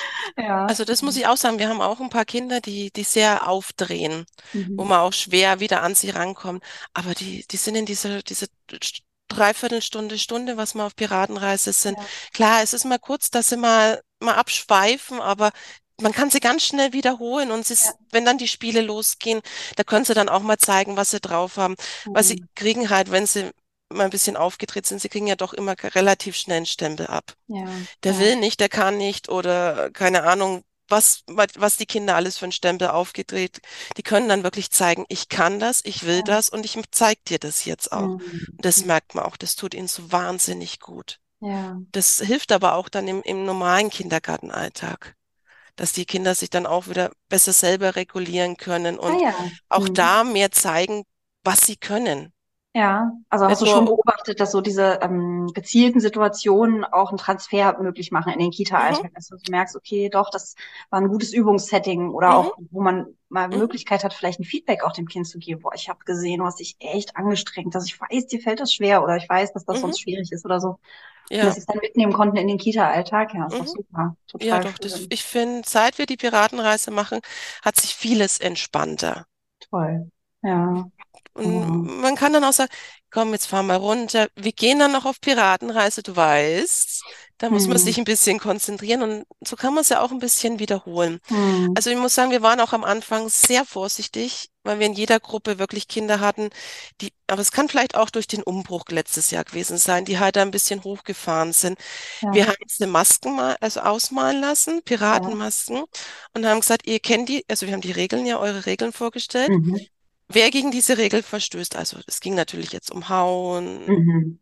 Ja. Also das muss ich auch sagen. Wir haben auch ein paar Kinder, die, die sehr aufdrehen, wo Mhm. man auch schwer wieder an sie rankommt. Aber die, die sind in dieser, diese Dreiviertelstunde, Stunde, was wir auf Piratenreise sind. Ja, Klar, es ist mal kurz, dass sie mal, mal abschweifen, aber man kann sie ganz schnell wiederholen und sie, ja. ist- wenn dann die Spiele losgehen, da können sie dann auch mal zeigen, was sie drauf haben. Weil sie Mhm. kriegen halt, wenn sie mal ein bisschen aufgedreht sind, sie kriegen ja doch immer relativ schnell einen Stempel ab. Ja, Der ja, will nicht, der kann nicht oder keine Ahnung, was, was die Kinder alles für einen Stempel aufgedreht. Die können dann wirklich zeigen, ich kann das, ich will ja. das und ich zeig dir das jetzt auch. Mhm. Das merkt man auch, das tut ihnen so wahnsinnig gut. Ja. Das hilft aber auch dann im, im normalen Kindergartenalltag, dass die Kinder sich dann auch wieder besser selber regulieren können Ah und ja. auch Mhm. da mehr zeigen, was sie können. Ja, also hast Nicht du schon nur, beobachtet, dass so diese ähm, gezielten Situationen auch einen Transfer möglich machen in den mhm, Kita-Alltag, dass du merkst, okay, doch, das war ein gutes Übungssetting oder mhm, auch, wo man mal mhm, Möglichkeit hat, vielleicht ein Feedback auch dem Kind zu geben. Boah, ich habe gesehen, du hast dich echt angestrengt, dass ich weiß, dir fällt das schwer oder ich weiß, dass das mhm, sonst schwierig ist oder so. Und dass ja, sie es dann mitnehmen konnten in den Kita-Alltag, ja, ist doch mhm. super, Ja, total doch, das, schön, ich finde, seit wir die Piratenreise machen, hat sich vieles entspannter. toll. Ja, genau. Und man kann dann auch sagen, komm, jetzt fahren wir runter. Wir gehen dann noch auf Piratenreise, du weißt. Da muss man Hm, sich ein bisschen konzentrieren und so kann man es ja auch ein bisschen wiederholen. hm, Also ich muss sagen, wir waren auch am Anfang sehr vorsichtig, weil wir in jeder Gruppe wirklich Kinder hatten, die, aber es kann vielleicht auch durch den Umbruch letztes Jahr gewesen sein, die halt da ein bisschen hochgefahren sind. Wir ja, haben jetzt eine Masken mal, also ausmalen lassen, ja, Piratenmasken, und haben gesagt, ihr kennt die, also wir haben die Regeln ja, eure Regeln vorgestellt. mhm, Wer gegen diese Regel verstößt, also es ging natürlich jetzt um Hauen, mhm,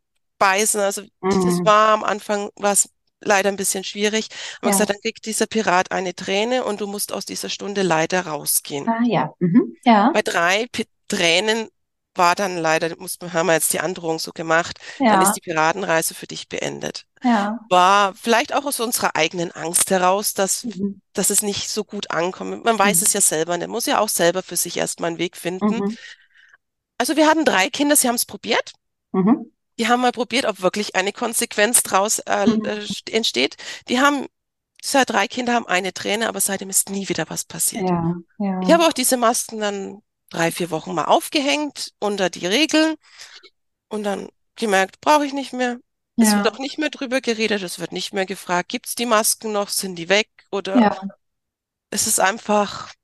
beißen. Also das Mhm. war am Anfang, war es leider ein bisschen schwierig. Aber Ja. gesagt, dann kriegt dieser Pirat eine Träne und du musst aus dieser Stunde leider rausgehen. Ah ja. Mhm. Ja. Bei drei Pi Tränen war dann leider, muss, haben wir jetzt die Androhung so gemacht, dann ist Ja. die Piratenreise für dich beendet. Ja. War vielleicht auch aus unserer eigenen Angst heraus, dass, Mhm. dass es nicht so gut ankommt. Man weiß Mhm. es ja selber, man muss ja auch selber für sich erstmal einen Weg finden. Mhm. Also wir hatten drei Kinder, sie haben es probiert. Mhm. Die haben mal probiert, ob wirklich eine Konsequenz draus äh, Mhm. äh, entsteht. Die haben, diese drei Kinder haben eine Träne, aber seitdem ist nie wieder was passiert. Ja. Ich Ja. habe auch diese Masken dann drei, vier Wochen mal aufgehängt unter die Regeln und dann gemerkt, brauche ich nicht mehr. Es wird Ja. auch nicht mehr drüber geredet, es wird nicht mehr gefragt, gibt es die Masken noch, sind die weg oder Ja. es ist einfach,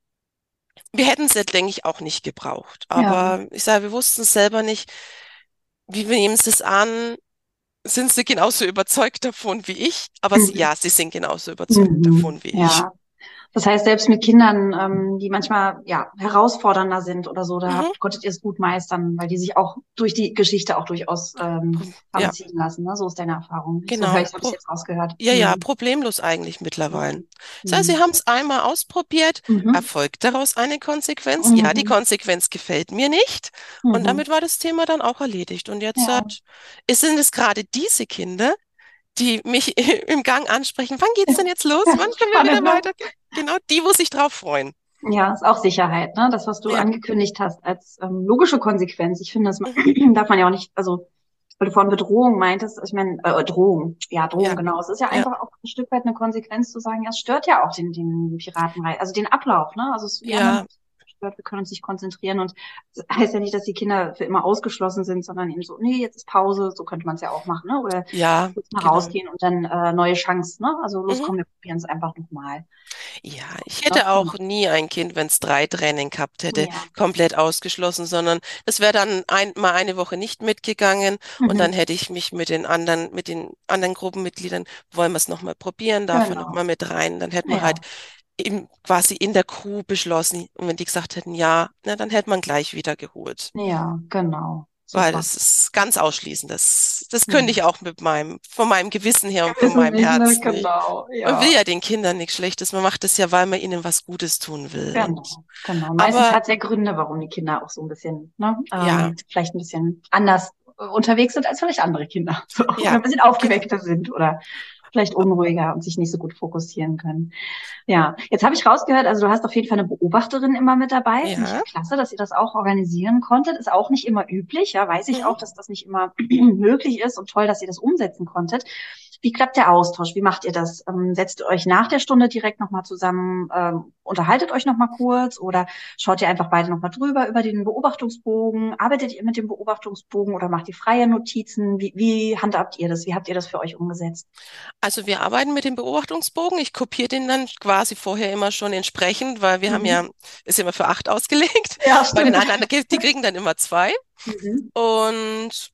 wir hätten es, denke ich, auch nicht gebraucht. Ja. Aber ich sage, wir wussten es selber nicht, wie wir nehmen es an, sind sie genauso überzeugt davon wie ich, aber sie, Mhm. ja, sie sind genauso überzeugt Mhm. davon wie ich. Ja. Das heißt, selbst mit Kindern, ähm, die manchmal ja herausfordernder sind oder so, da Mhm. habt, konntet ihr es gut meistern, weil die sich auch durch die Geschichte auch durchaus ähm, haben Ja, ziehen lassen. Ne? So ist deine Erfahrung. So höre genau. ich, habe ich Pro jetzt rausgehört. Ja, ja, Mhm. problemlos eigentlich mittlerweile. Das heißt, Sie Mhm. haben es einmal ausprobiert, Mhm. erfolgt daraus eine Konsequenz? Ja, die Mhm. Konsequenz gefällt mir nicht. Und Mhm. damit war das Thema dann auch erledigt. Und jetzt Ja. hat, es sind es gerade diese Kinder, die mich im Gang ansprechen. Wann geht's denn jetzt los? Wann können wir Spannend, wieder ne? weitergehen? Genau, die muss sich drauf freuen. Ja, ist auch Sicherheit, ne? Das, was du Ja. angekündigt hast, als ähm, logische Konsequenz. Ich finde, das Mhm. darf man ja auch nicht, also weil du von Bedrohung meintest, ich meine, äh, Drohung, ja, Drohung, Ja, genau. Es ist ja ja, einfach auch ein Stück weit eine Konsequenz zu sagen, ja, es stört ja auch den, den Piratenreis, also den Ablauf, ne? Also es, wir haben ja. dann gestört, wir können uns nicht konzentrieren und das heißt ja nicht, dass die Kinder für immer ausgeschlossen sind, sondern eben so, nee, jetzt ist Pause, so könnte man es ja auch machen, ne? Oder Ja, kurz mal genau. rausgehen und dann äh, neue Chance, ne? Also los, Mhm. komm, wir probieren es einfach nochmal. Ja, So, ich ne? hätte Genau. auch nie ein Kind, wenn es drei Training gehabt hätte, Ja. komplett ausgeschlossen, sondern das wäre dann ein, mal eine Woche nicht mitgegangen und dann Mhm. hätte ich mich mit den anderen, mit den anderen Gruppenmitgliedern, wollen wir es nochmal probieren, darf er Genau. nochmal mit rein, dann hätte man halt Ja. eben quasi in der Crew beschlossen und wenn die gesagt hätten ja, na, dann hätte man gleich wieder geholt. Ja, genau. Weil Super. das ist ganz ausschließend. Das, das könnte Ja. ich auch mit meinem, von meinem Gewissen her und von Gewissen meinem nicht, ne? Herzen nicht. Genau. Man will Ja. ja den Kindern nichts Schlechtes. Man macht es ja, weil man ihnen was Gutes tun will. Und, Genau, genau. Meistens aber hat es ja Gründe, warum die Kinder auch so ein bisschen, ne, ja, ähm, vielleicht ein bisschen anders äh, unterwegs sind als vielleicht andere Kinder. So, oder ja, ein bisschen genau. aufgeweckter sind oder vielleicht unruhiger und sich nicht so gut fokussieren können. Ja, jetzt habe ich rausgehört, also du hast auf jeden Fall eine Beobachterin immer mit dabei. Finde ich Ja, klasse, dass ihr das auch organisieren konntet. Ist auch nicht immer üblich, ja, weiß ich mhm. auch, dass das nicht immer möglich ist und toll, dass ihr das umsetzen konntet. Wie klappt der Austausch? Wie macht ihr das? Ähm, setzt ihr euch nach der Stunde direkt nochmal zusammen, ähm, unterhaltet euch nochmal kurz oder schaut ihr einfach beide nochmal drüber über den Beobachtungsbogen? Arbeitet ihr mit dem Beobachtungsbogen oder macht ihr freie Notizen? Wie, wie handhabt ihr das? Wie habt ihr das für euch umgesetzt? Also wir arbeiten mit dem Beobachtungsbogen. Ich kopiere den dann quasi vorher immer schon entsprechend, weil wir haben ja, Mhm. ist ja immer für acht ausgelegt. Ja, Bei den stimmt. anderen, die kriegen dann immer zwei. Mhm. Und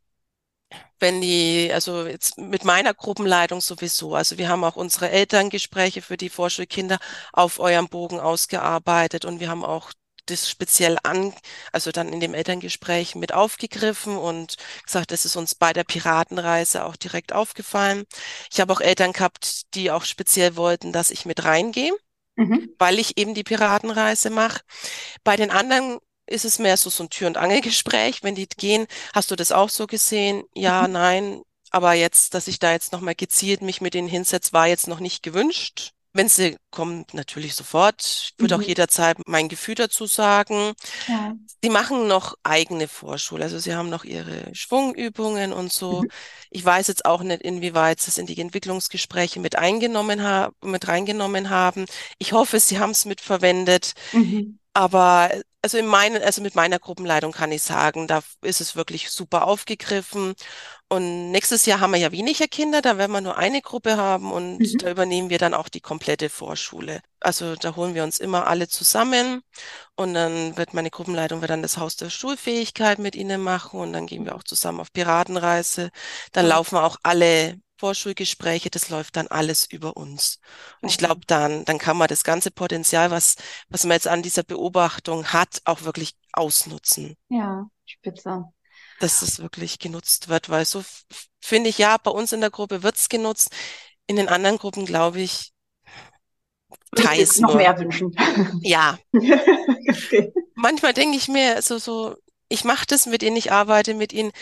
wenn die, also jetzt mit meiner Gruppenleitung sowieso, also wir haben auch unsere Elterngespräche für die Vorschulkinder auf eurem Bogen ausgearbeitet und wir haben auch das speziell an, also dann in dem Elterngespräch mit aufgegriffen und gesagt, das ist uns bei der Piratenreise auch direkt aufgefallen. Ich habe auch Eltern gehabt, die auch speziell wollten, dass ich mit reingehe, Mhm. weil ich eben die Piratenreise mache. Bei den anderen ist es mehr so, so ein Tür- und Angelgespräch. Wenn die gehen, hast du das auch so gesehen? Ja, Mhm. nein. Aber jetzt, dass ich da jetzt nochmal gezielt mich mit denen hinsetze, war jetzt noch nicht gewünscht. Wenn sie kommen, natürlich sofort. Ich würde auch Mhm. jederzeit mein Gefühl dazu sagen. Ja. Sie machen noch eigene Vorschule, also sie haben noch ihre Schwungübungen und so. Mhm. Ich weiß jetzt auch nicht, inwieweit sie es in die Entwicklungsgespräche mit eingenommen haben, mit reingenommen haben. Ich hoffe, sie haben es mitverwendet. Mhm. Aber also in meinen, also mit meiner Gruppenleitung kann ich sagen, da ist es wirklich super aufgegriffen. Und nächstes Jahr haben wir ja weniger Kinder, da werden wir nur eine Gruppe haben und da Mhm. übernehmen wir dann auch die komplette Vorschule. Also da holen wir uns immer alle zusammen und dann wird meine Gruppenleitung wird dann das Haus der Schulfähigkeit mit ihnen machen und dann gehen wir auch zusammen auf Piratenreise. Dann Toll. laufen auch alle Vorschulgespräche, das läuft dann alles über uns. Und ich glaube, Klasse. dann, dann kann man das ganze Potenzial, was, was man jetzt an dieser Beobachtung hat, auch wirklich ausnutzen. Ja, spitze. dass es wirklich genutzt wird, weil so f- finde ich, ja, bei uns in der Gruppe wird es genutzt, in den anderen Gruppen, glaube ich, Würdest du dir teils noch nur. mehr wünschen? Ja, Okay. manchmal denke ich mir so, so, ich mache das mit ihnen, ich arbeite mit ihnen.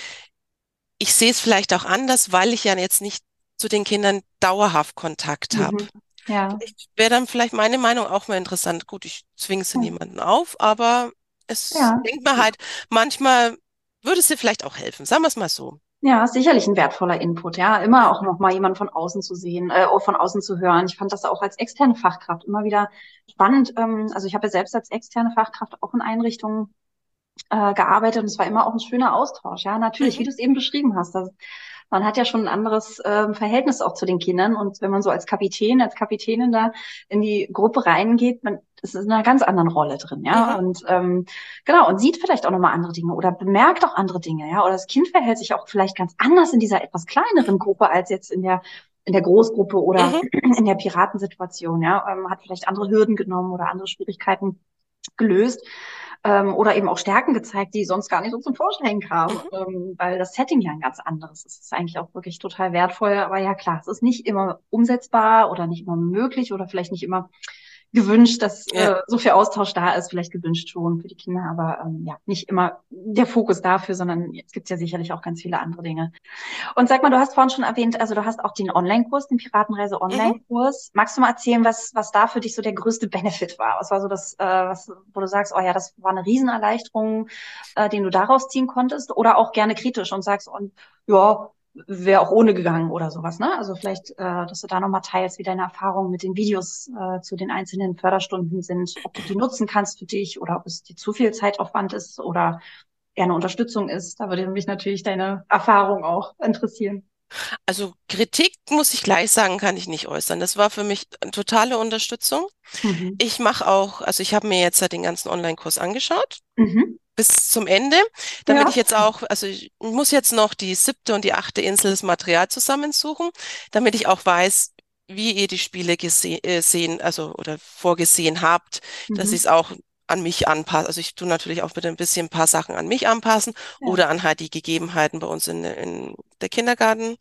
Ich sehe es vielleicht auch anders, weil ich ja jetzt nicht zu den Kindern dauerhaft Kontakt habe. Mhm. Ja. Vielleicht wäre dann vielleicht meine Meinung auch mal interessant. Gut, ich zwinge sie Ja. niemanden auf, aber es Ja. denkt mir halt, manchmal würde es dir vielleicht auch helfen. Sagen wir es mal so. Ja, ist sicherlich ein wertvoller Input, ja. Immer auch noch mal jemanden von außen zu sehen, äh, auch von außen zu hören. Ich fand das auch als externe Fachkraft immer wieder spannend. Ähm, also ich habe ja selbst als externe Fachkraft auch in Einrichtungen äh, gearbeitet und es war immer auch ein schöner Austausch. Ja, natürlich, wie Mhm, du es eben beschrieben hast. Das, man hat ja schon ein anderes ähm, Verhältnis auch zu den Kindern und wenn man so als Kapitän, als Kapitänin da in die Gruppe reingeht, man ist in einer ganz anderen Rolle drin, ja. mhm, Und ähm, genau, und sieht vielleicht auch nochmal andere Dinge oder bemerkt auch andere Dinge, ja. Oder das Kind verhält sich auch vielleicht ganz anders in dieser etwas kleineren Gruppe als jetzt in der in der Großgruppe oder mhm, in der Piratensituation, ja, ähm, hat vielleicht andere Hürden genommen oder andere Schwierigkeiten gelöst ähm, oder eben auch Stärken gezeigt, die sonst gar nicht so zum Vorschein kamen, mhm. ähm, weil das Setting ja ein ganz anderes ist. Es ist eigentlich auch wirklich total wertvoll. Aber ja klar, es ist nicht immer umsetzbar oder nicht immer möglich oder vielleicht nicht immer gewünscht, dass Ja. äh, so viel Austausch da ist, vielleicht gewünscht schon für die Kinder, aber ähm, ja, nicht immer der Fokus dafür, sondern es gibt ja sicherlich auch ganz viele andere Dinge. Und sag mal, du hast vorhin schon erwähnt, also du hast auch den Online-Kurs, den Mhm. Piratenreise-Online-Kurs. Magst du mal erzählen, was, was da für dich so der größte Benefit war? Was war so das, äh, was, wo du sagst, oh ja, das war eine Riesenerleichterung, äh, den du daraus ziehen konntest? Oder auch gerne kritisch und sagst, und ja, wäre auch ohne gegangen oder sowas, ne? Also vielleicht, äh, dass du da nochmal teilst, wie deine Erfahrungen mit den Videos äh, zu den einzelnen Förderstunden sind, ob du die nutzen kannst für dich oder ob es dir zu viel Zeitaufwand ist oder eher eine Unterstützung ist. Da würde mich natürlich deine Erfahrung auch interessieren. Also Kritik, muss ich gleich sagen, kann ich nicht äußern. Das war für mich eine totale Unterstützung. Mhm. Ich mache auch, also ich habe mir jetzt ja den ganzen Online-Kurs angeschaut Mhm. bis zum Ende, damit Ja. ich jetzt auch, also ich muss jetzt noch die siebte und die achte Insel des Material zusammensuchen, damit ich auch weiß, wie ihr die Spiele gese äh, sehen, also oder vorgesehen habt, dass ich Mhm. es auch an mich anpasse. Also ich tue natürlich auch wieder ein bisschen ein paar Sachen an mich anpassen Ja. oder an halt die Gegebenheiten bei uns in, in der Kindergarten.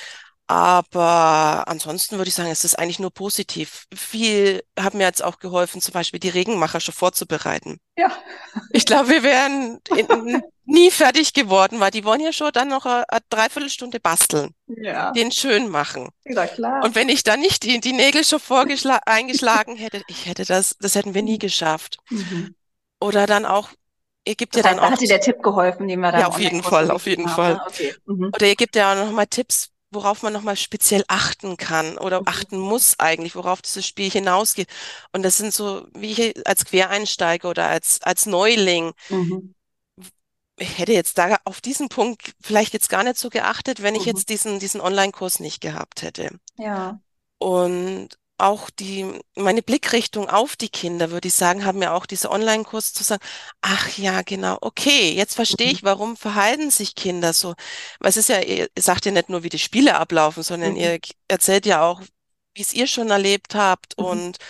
Aber ansonsten würde ich sagen, es ist eigentlich nur positiv. Viel hat mir jetzt auch geholfen, zum Beispiel die Regenmacher schon vorzubereiten. Ja. Ich glaube, wir wären in, nie fertig geworden, weil die wollen ja schon dann noch eine, eine Dreiviertelstunde basteln, Ja. den schön machen. Ja, Und klar. wenn ich dann nicht die, die Nägel schon vorgeschla eingeschlagen hätte, ich hätte das, das hätten wir nie geschafft. Mhm. Oder dann auch, ihr gebt ja Das dann heißt, da auch, hat dir der Tipp geholfen, den wir da ja, im auf jeden Online-Kurs so Fall, auf gegeben jeden haben, Fall. ne? Okay. Mhm. Oder ihr gebt ja auch noch mal Tipps, worauf man noch mal speziell achten kann oder Mhm. achten muss eigentlich, worauf dieses Spiel hinausgeht. Und das sind so, wie ich als Quereinsteiger oder als, als Neuling, Mhm. ich hätte jetzt da auf diesen Punkt vielleicht jetzt gar nicht so geachtet, wenn ich Mhm. jetzt diesen, diesen Online-Kurs nicht gehabt hätte. Ja. Und auch die, meine Blickrichtung auf die Kinder, würde ich sagen, haben mir auch diese Online-Kurs zu sagen, ach ja, genau, okay, jetzt verstehe Mhm. ich, warum verhalten sich Kinder so. Weil es ist ja, ihr sagt ja nicht nur, wie die Spiele ablaufen, sondern Mhm. ihr erzählt ja auch, wie es ihr schon erlebt habt Mhm. und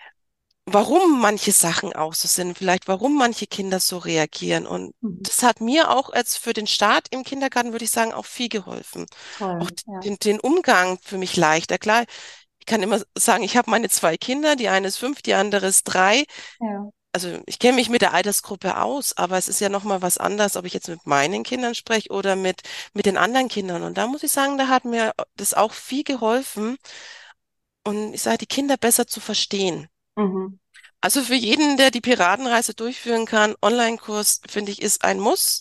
warum manche Sachen auch so sind, vielleicht warum manche Kinder so reagieren. Und Mhm. das hat mir auch als für den Start im Kindergarten, würde ich sagen, auch viel geholfen. Auch Toll. Ja. den, den Umgang für mich leichter. Klar, ich kann immer sagen, ich habe meine zwei Kinder, die eine ist fünf, die andere ist drei. Ja. Also ich kenne mich mit der Altersgruppe aus, aber es ist ja noch mal was anderes, ob ich jetzt mit meinen Kindern spreche oder mit, mit den anderen Kindern. Und da muss ich sagen, da hat mir das auch viel geholfen und ich sage, die Kinder besser zu verstehen. Mhm. Also für jeden, der die Piratenreise durchführen kann, Online-Kurs, finde ich, ist ein Muss.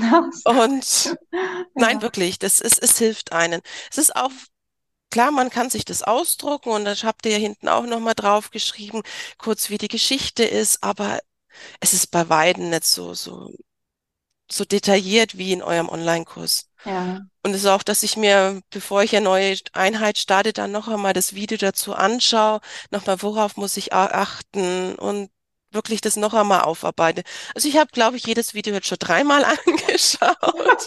Und nein, Ja. wirklich, das ist, es hilft einen. Es ist auch klar, man kann sich das ausdrucken und das habt ihr ja hinten auch nochmal drauf geschrieben, kurz wie die Geschichte ist, aber es ist bei weitem nicht so, so, so detailliert wie in eurem Online-Kurs. Ja. Und es ist auch, dass ich mir, bevor ich eine neue Einheit starte, dann noch einmal das Video dazu anschaue, nochmal, worauf muss ich a- achten und wirklich das noch einmal aufarbeite. Also ich habe, glaube ich, jedes Video jetzt schon dreimal angeschaut.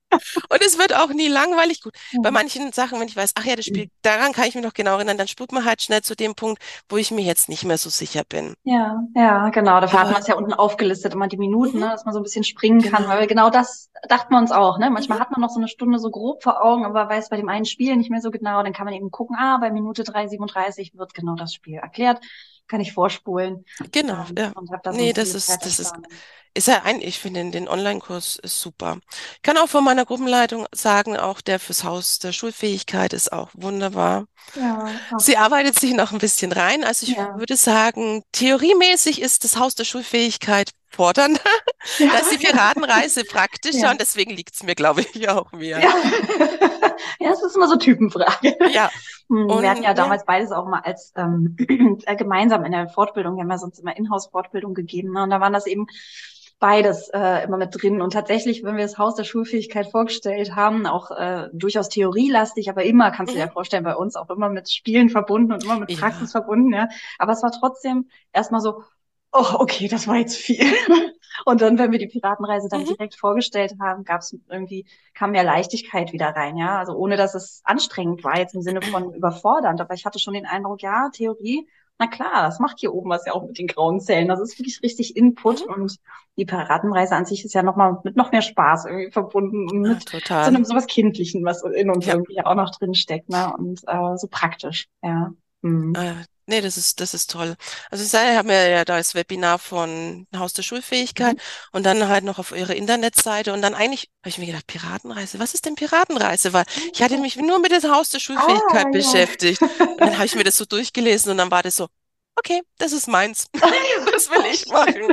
Und es wird auch nie langweilig. Gut, bei Mhm. manchen Sachen, wenn ich weiß, ach ja, das Spiel, daran kann ich mich noch genau erinnern, dann spurt man halt schnell zu dem Punkt, wo ich mir jetzt nicht mehr so sicher bin. Ja, ja, genau. Dafür hat man Aber, es ja unten aufgelistet, immer die Minuten, ne, mhm, dass man so ein bisschen springen kann, weil genau. wir genau das dachten wir uns auch, ne? Manchmal Mhm, hat man noch so eine Stunde so grob vor Augen, aber weiß bei dem einen Spiel nicht mehr so genau. Dann kann man eben gucken, ah, bei Minute drei siebenunddreißig wird genau das Spiel erklärt. Kann ich vorspulen, genau, ähm, ja. und habe da so ein Nee, bisschen das die ist, Zeit das ist, ersparen. ist ja ein, ich finde den Online-Kurs ist super. Ich kann auch von meiner Gruppenleitung sagen, auch der fürs Haus der Schulfähigkeit ist auch wunderbar. Ja, ach, Sie arbeitet sich noch ein bisschen rein. Also ich ja. würde sagen, theoriemäßig ist das Haus der Schulfähigkeit fordernder. Ja, Da ist die Piratenreise praktischer ja. und deswegen liegt es mir, glaube ich, auch mehr. Ja. Ja, es ist immer so Typenfrage. Ja, Hm, Wir hatten und ja ja. damals beides auch mal als ähm, äh, gemeinsam in der Fortbildung, wir haben ja sonst immer Inhouse-Fortbildung gegeben, ne? Und da waren das eben beides äh, immer mit drin. Und tatsächlich, wenn wir das Haus der Schulfähigkeit vorgestellt haben, auch äh, durchaus theorielastig, aber immer, kannst du dir Mhm. ja vorstellen, bei uns auch immer mit Spielen verbunden und immer mit Praxis Ja. verbunden, ja. Aber es war trotzdem erstmal so, oh, okay, das war jetzt viel. Und dann, wenn wir die Piratenreise dann Mhm. direkt vorgestellt haben, gab es irgendwie, kam mehr Leichtigkeit wieder rein, ja. Also ohne, dass es anstrengend war, jetzt im Sinne von überfordernd. Aber ich hatte schon den Eindruck, ja, Theorie, na klar, das macht hier oben was ja auch mit den grauen Zellen. Das ist wirklich richtig Input. Mhm. Und die Piratenreise an sich ist ja nochmal mit noch mehr Spaß irgendwie verbunden und Ah, mit so total. einem sowas Kindlichen, was in uns Ja. irgendwie auch noch drin steckt, ne? Und äh, so praktisch, ja. Hm. Äh, nee, das ist, das ist toll. Also ich sage, haben wir ja da das Webinar von Haus der Mhm. Schulfähigkeit und dann halt noch auf ihre Internetseite und dann eigentlich habe ich mir gedacht, Piratenreise, was ist denn Piratenreise? Weil ich hatte mich nur mit dem Haus der Ah, Schulfähigkeit ja. beschäftigt und dann habe ich mir das so durchgelesen und dann war das so, okay, das ist meins. Das will ich machen.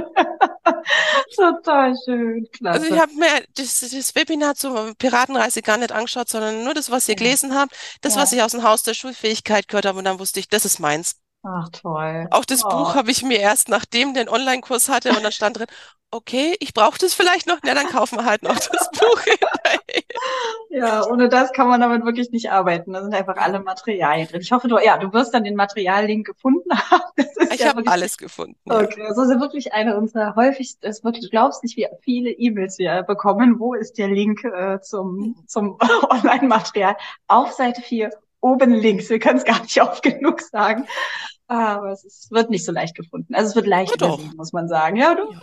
Total schön, Also ich klasse. habe mir das, das Webinar zur Piratenreise gar nicht angeschaut, sondern nur das, was ihr Ja, gelesen habt, das, was ja. ich aus dem Haus der Schulfähigkeit gehört habe und dann wusste ich, das ist meins. Ach, toll. Auch das Buch Oh. habe ich mir erst nachdem den Online-Kurs hatte und dann stand drin, okay, ich brauche das vielleicht noch. Na, dann kaufen wir halt noch das Buch hinterher. Ja, ohne das kann man damit wirklich nicht arbeiten. Da sind einfach alle Ja, Materialien drin. Ich hoffe, du, ja, du wirst dann den Materiallink gefunden haben. Das ist ich ja habe wirklich, alles gefunden, ja. okay, das ist ja wirklich eine unserer häufigsten, das ist wirklich, du glaubst nicht, wie viele E-Mails wir bekommen. Wo ist der Link äh, zum, zum Online-Material? Auf Seite vier oben links. Wir können es gar nicht oft genug sagen. Aber es ist, wird nicht so leicht gefunden. Also es wird leicht Ja, doch. übersehen, muss man sagen. Ja, du. Ja.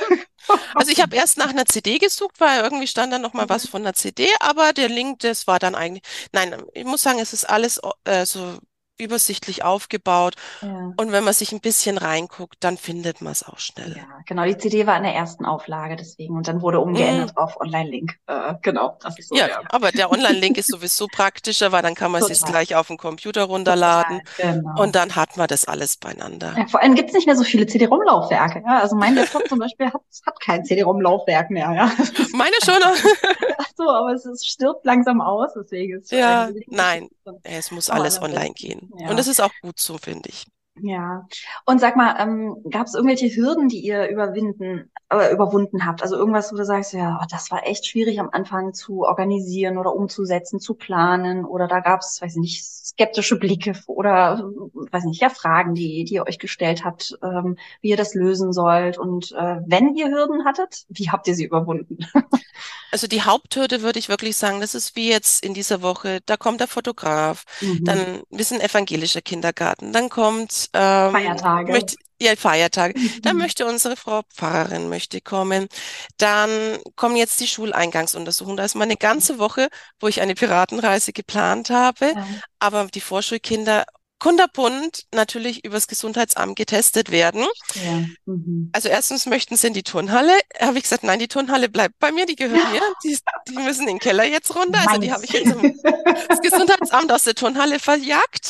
Also ich habe erst nach einer C D gesucht, weil irgendwie stand da noch mal was von einer C D, aber der Link, das war dann eigentlich, nein, ich muss sagen, es ist alles äh, so übersichtlich aufgebaut Ja. und wenn man sich ein bisschen reinguckt, dann findet man es auch schnell. Ja, genau. Die C D war in der ersten Auflage, deswegen. Und dann wurde Mm. umgeändert auf Online-Link. Äh, genau, das ist so, Ja, ja. aber der Online-Link ist sowieso praktischer, weil dann kann man es sich Total, gleich auf dem Computer runterladen total, genau. und dann hat man das alles beieinander. Ja, vor allem gibt's nicht mehr so viele C D-ROM-Laufwerke. Ja? Also mein Laptop zum Beispiel hat, hat kein C D-ROM-Laufwerk mehr. Ja? Das ist Meine schon noch. ach so, aber es, ist, stirbt langsam aus, deswegen ist äh, Ja, gelegentlich nein, gibt's dann es muss am alles online allerbesten. gehen. Und das Ja. ist auch gut so, finde ich. Ja. Und sag mal, ähm, gab es irgendwelche Hürden, die ihr überwinden, äh, überwunden habt? Also irgendwas, wo du sagst, ja, oh, das war echt schwierig am Anfang zu organisieren oder umzusetzen, zu planen, oder da gab es, weiß ich nicht, skeptische Blicke oder, äh, weiß nicht, ja, Fragen, die, die ihr euch gestellt habt, ähm, wie ihr das lösen sollt. Und äh, wenn ihr Hürden hattet, wie habt ihr sie überwunden? Also die Haupthürde würde ich wirklich sagen, das ist wie jetzt in dieser Woche, da kommt der Fotograf, Mhm. dann wir sind evangelischer Kindergarten, dann kommt ähm, Feiertage. möchte, ja, Feiertag, dann Mhm. möchte unsere Frau Pfarrerin möchte kommen, dann kommen jetzt die Schuleingangsuntersuchungen. Da ist mal eine ganze Woche, wo ich eine Piratenreise geplant habe, Ja, aber die Vorschulkinder kunterbunt natürlich übers Gesundheitsamt getestet werden. verstehe. Mhm. Also erstens möchten sie in die Turnhalle. Habe ich gesagt, nein, die Turnhalle bleibt bei mir, die gehört mir. Die, die müssen in den Keller jetzt runter. Also die habe Meins. ich jetzt im das Gesundheitsamt aus der Turnhalle verjagt.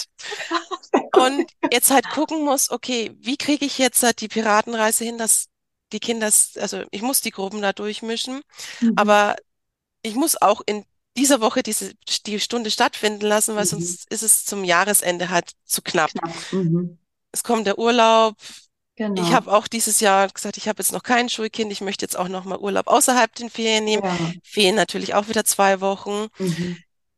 Und jetzt halt gucken muss, okay, wie kriege ich jetzt halt die Piratenreise hin, dass die Kinder, also ich muss die Gruppen da durchmischen, Mhm. aber ich muss auch in dieser Woche diese, die Stunde stattfinden lassen, weil Mhm. sonst ist es zum Jahresende halt zu knapp. Knapp. Mhm. Es kommt der Urlaub. Ich Genau. habe auch dieses Jahr gesagt, ich habe jetzt noch kein Schulkind, ich möchte jetzt auch noch mal Urlaub außerhalb den Ferien nehmen. Ja. Fehlen natürlich auch wieder zwei Wochen. Mhm. Also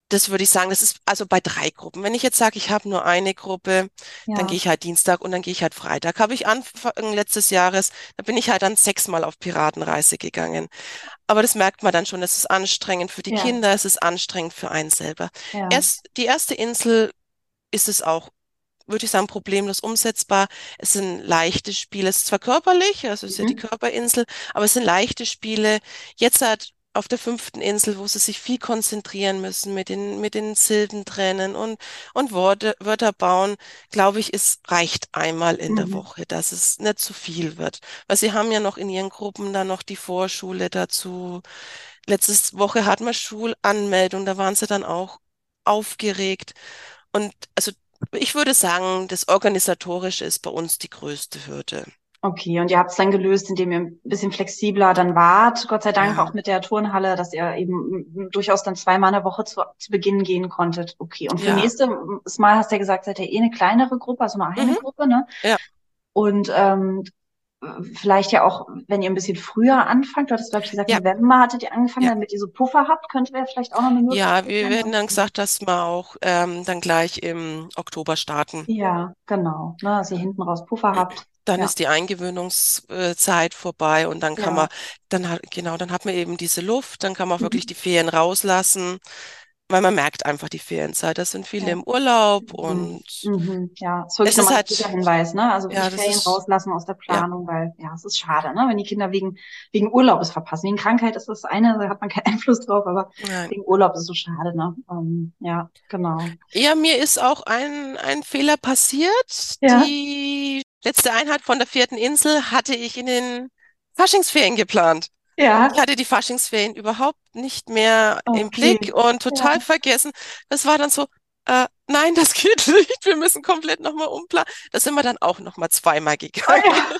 Das würde ich sagen, das ist also bei drei Gruppen. Wenn ich jetzt sage, ich habe nur eine Gruppe, dann gehe Ja, ich halt Dienstag und dann gehe ich halt Freitag. Habe ich Anfang letztes Jahres, da bin ich halt dann sechsmal auf Piratenreise gegangen. Aber das merkt man dann schon, es ist anstrengend für die ja, Kinder, es ist anstrengend für einen selber. ja. Erst die erste Insel ist es auch, würde ich sagen, problemlos umsetzbar. Es sind leichte Spiele. Es ist zwar körperlich, also es ist ja die Mhm. Körperinsel, aber es sind leichte Spiele. Jetzt halt auf der fünften Insel, wo sie sich viel konzentrieren müssen mit den, mit den Silben trennen und, und Worte, Wörter bauen, glaube ich, es reicht einmal in der Mhm. Woche, dass es nicht zu viel wird. Weil sie haben ja noch in ihren Gruppen dann noch die Vorschule dazu. Letzte Woche hatten wir Schulanmeldung, da waren sie dann auch aufgeregt. Und also ich würde sagen, das Organisatorische ist bei uns die größte Hürde. Okay, und ihr habt es dann gelöst, indem ihr ein bisschen flexibler dann wart, Gott sei Dank Ja, auch mit der Turnhalle, dass ihr eben mm, durchaus dann zweimal in der Woche zu, zu Beginn gehen konntet. Okay, und für ja, nächstes Mal hast du ja gesagt, seid ihr eh eine kleinere Gruppe, also nur eine mhm, Gruppe, ne? ja, Und ähm, vielleicht ja auch, wenn ihr ein bisschen früher anfangt, du hattest, glaube ich, gesagt, ja, November hattet ihr angefangen, ja. damit ihr so Puffer habt, könnte wäre vielleicht auch noch eine Ja, Möglichkeit wir sein. werden Ne? dann gesagt, dass wir auch ähm, dann gleich im Oktober starten. Ja, genau, ne, dass ihr hinten raus Puffer habt. Dann Ja, ist die Eingewöhnungszeit vorbei und dann kann man, ja. dann hat, genau, dann hat man eben diese Luft, dann kann man auch wirklich Mhm. die Ferien rauslassen, weil man merkt einfach die Ferienzeit. Da sind viele Ja. im Urlaub Mhm. und Mhm. Ja, ist wirklich es ist nochmal ein guter halt, Hinweis, ne? Also ja, wirklich das Ferien ist, rauslassen aus der ja, Planung, weil ja, es ist schade, ne? Wenn die Kinder wegen, wegen Urlaubs verpassen. Wegen Krankheit ist das eine, da hat man keinen Einfluss drauf, aber nein. wegen Urlaub ist es so schade, ne? Ähm, ja, genau. Ja, mir ist auch ein, ein Fehler passiert. Ja. Die letzte Einheit von der vierten Insel hatte ich in den Faschingsferien geplant. Ich Ja, hatte die Faschingsferien überhaupt nicht mehr im Blick okay. und total Ja. vergessen. Das war dann so, äh, nein, das geht nicht. Wir müssen komplett nochmal umplanen. Da sind wir dann auch nochmal zweimal Oh gegangen. ja.